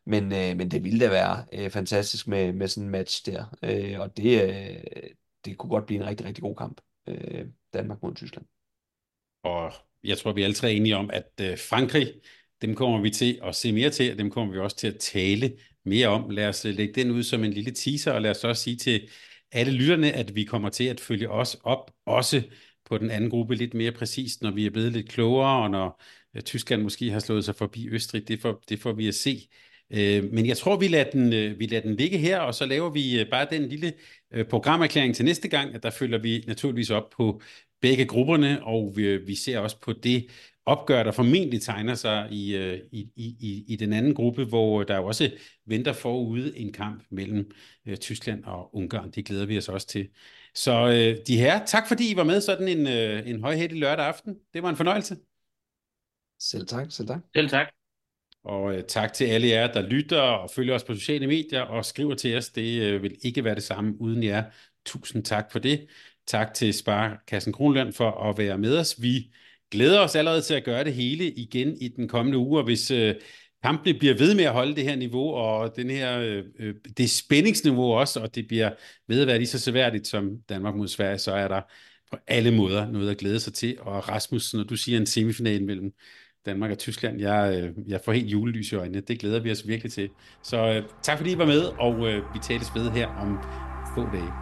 Men, øh, men det ville da være øh, fantastisk med, med sådan en match der. Øh, og det, øh, det kunne godt blive en rigtig, rigtig god kamp. Øh, Danmark mod Tyskland. Og jeg tror, vi alle tre er enige om, at øh, Frankrig, dem kommer vi til at se mere til, og dem kommer vi også til at tale mere om. Lad os lægge den ud som en lille teaser, og lad os også sige til alle lytterne, at vi kommer til at følge os op, også på den anden gruppe lidt mere præcist, når vi er blevet lidt klogere, og når øh, Tyskland måske har slået sig forbi Østrig. Det får, det får vi at se. Øh, men jeg tror, vi lader, den, øh, vi lader den ligge her, og så laver vi øh, bare den lille øh, programerklæring til næste gang, at der følger vi naturligvis op på begge grupperne, og vi, vi ser også på det opgør, der formentlig tegner sig i, i, i, i den anden gruppe, hvor der jo også venter forude en kamp mellem uh, Tyskland og Ungarn. Det glæder vi os også til. Så uh, de her, tak fordi I var med sådan en, uh, en højhættig lørdag aften. Det var en fornøjelse. Selv tak, selv tak. Selv tak. Og uh, tak til alle jer, der lytter og følger os på sociale medier og skriver til os. Det uh, vil ikke være det samme uden jer. Tusind tak for det. Tak til Sparekassen Kronjylland for at være med os. Vi glæder os allerede til at gøre det hele igen i den kommende uge, og hvis øh, kampene bliver ved med at holde det her niveau, og den her, øh, det spændingsniveau også, og det bliver ved at være lige så seværdigt som Danmark mod Sverige, så er der på alle måder noget at glæde sig til. Og Rasmus, når du siger en semifinal mellem Danmark og Tyskland, jeg, øh, jeg får helt julelys i øjnene. Det glæder vi os virkelig til. Så øh, tak fordi I var med, og øh, vi tales ved her om få dage.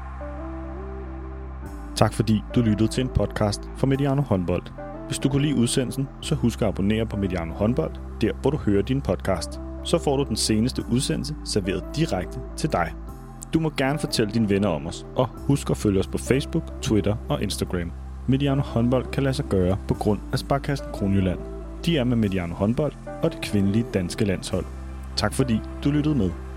Tak fordi du lyttede til en podcast fra Mediano Håndbold. Hvis du kunne lide udsendelsen, så husk at abonnere på Mediano Håndbold, der hvor du hører din podcast. Så får du den seneste udsendelse serveret direkte til dig. Du må gerne fortælle dine venner om os, og husk at følge os på Facebook, Twitter og Instagram. Mediano Håndbold kan lade sig gøre på grund af Sparekassen Kronjylland. De er med Mediano Håndbold og det kvindelige danske landshold. Tak fordi du lyttede med.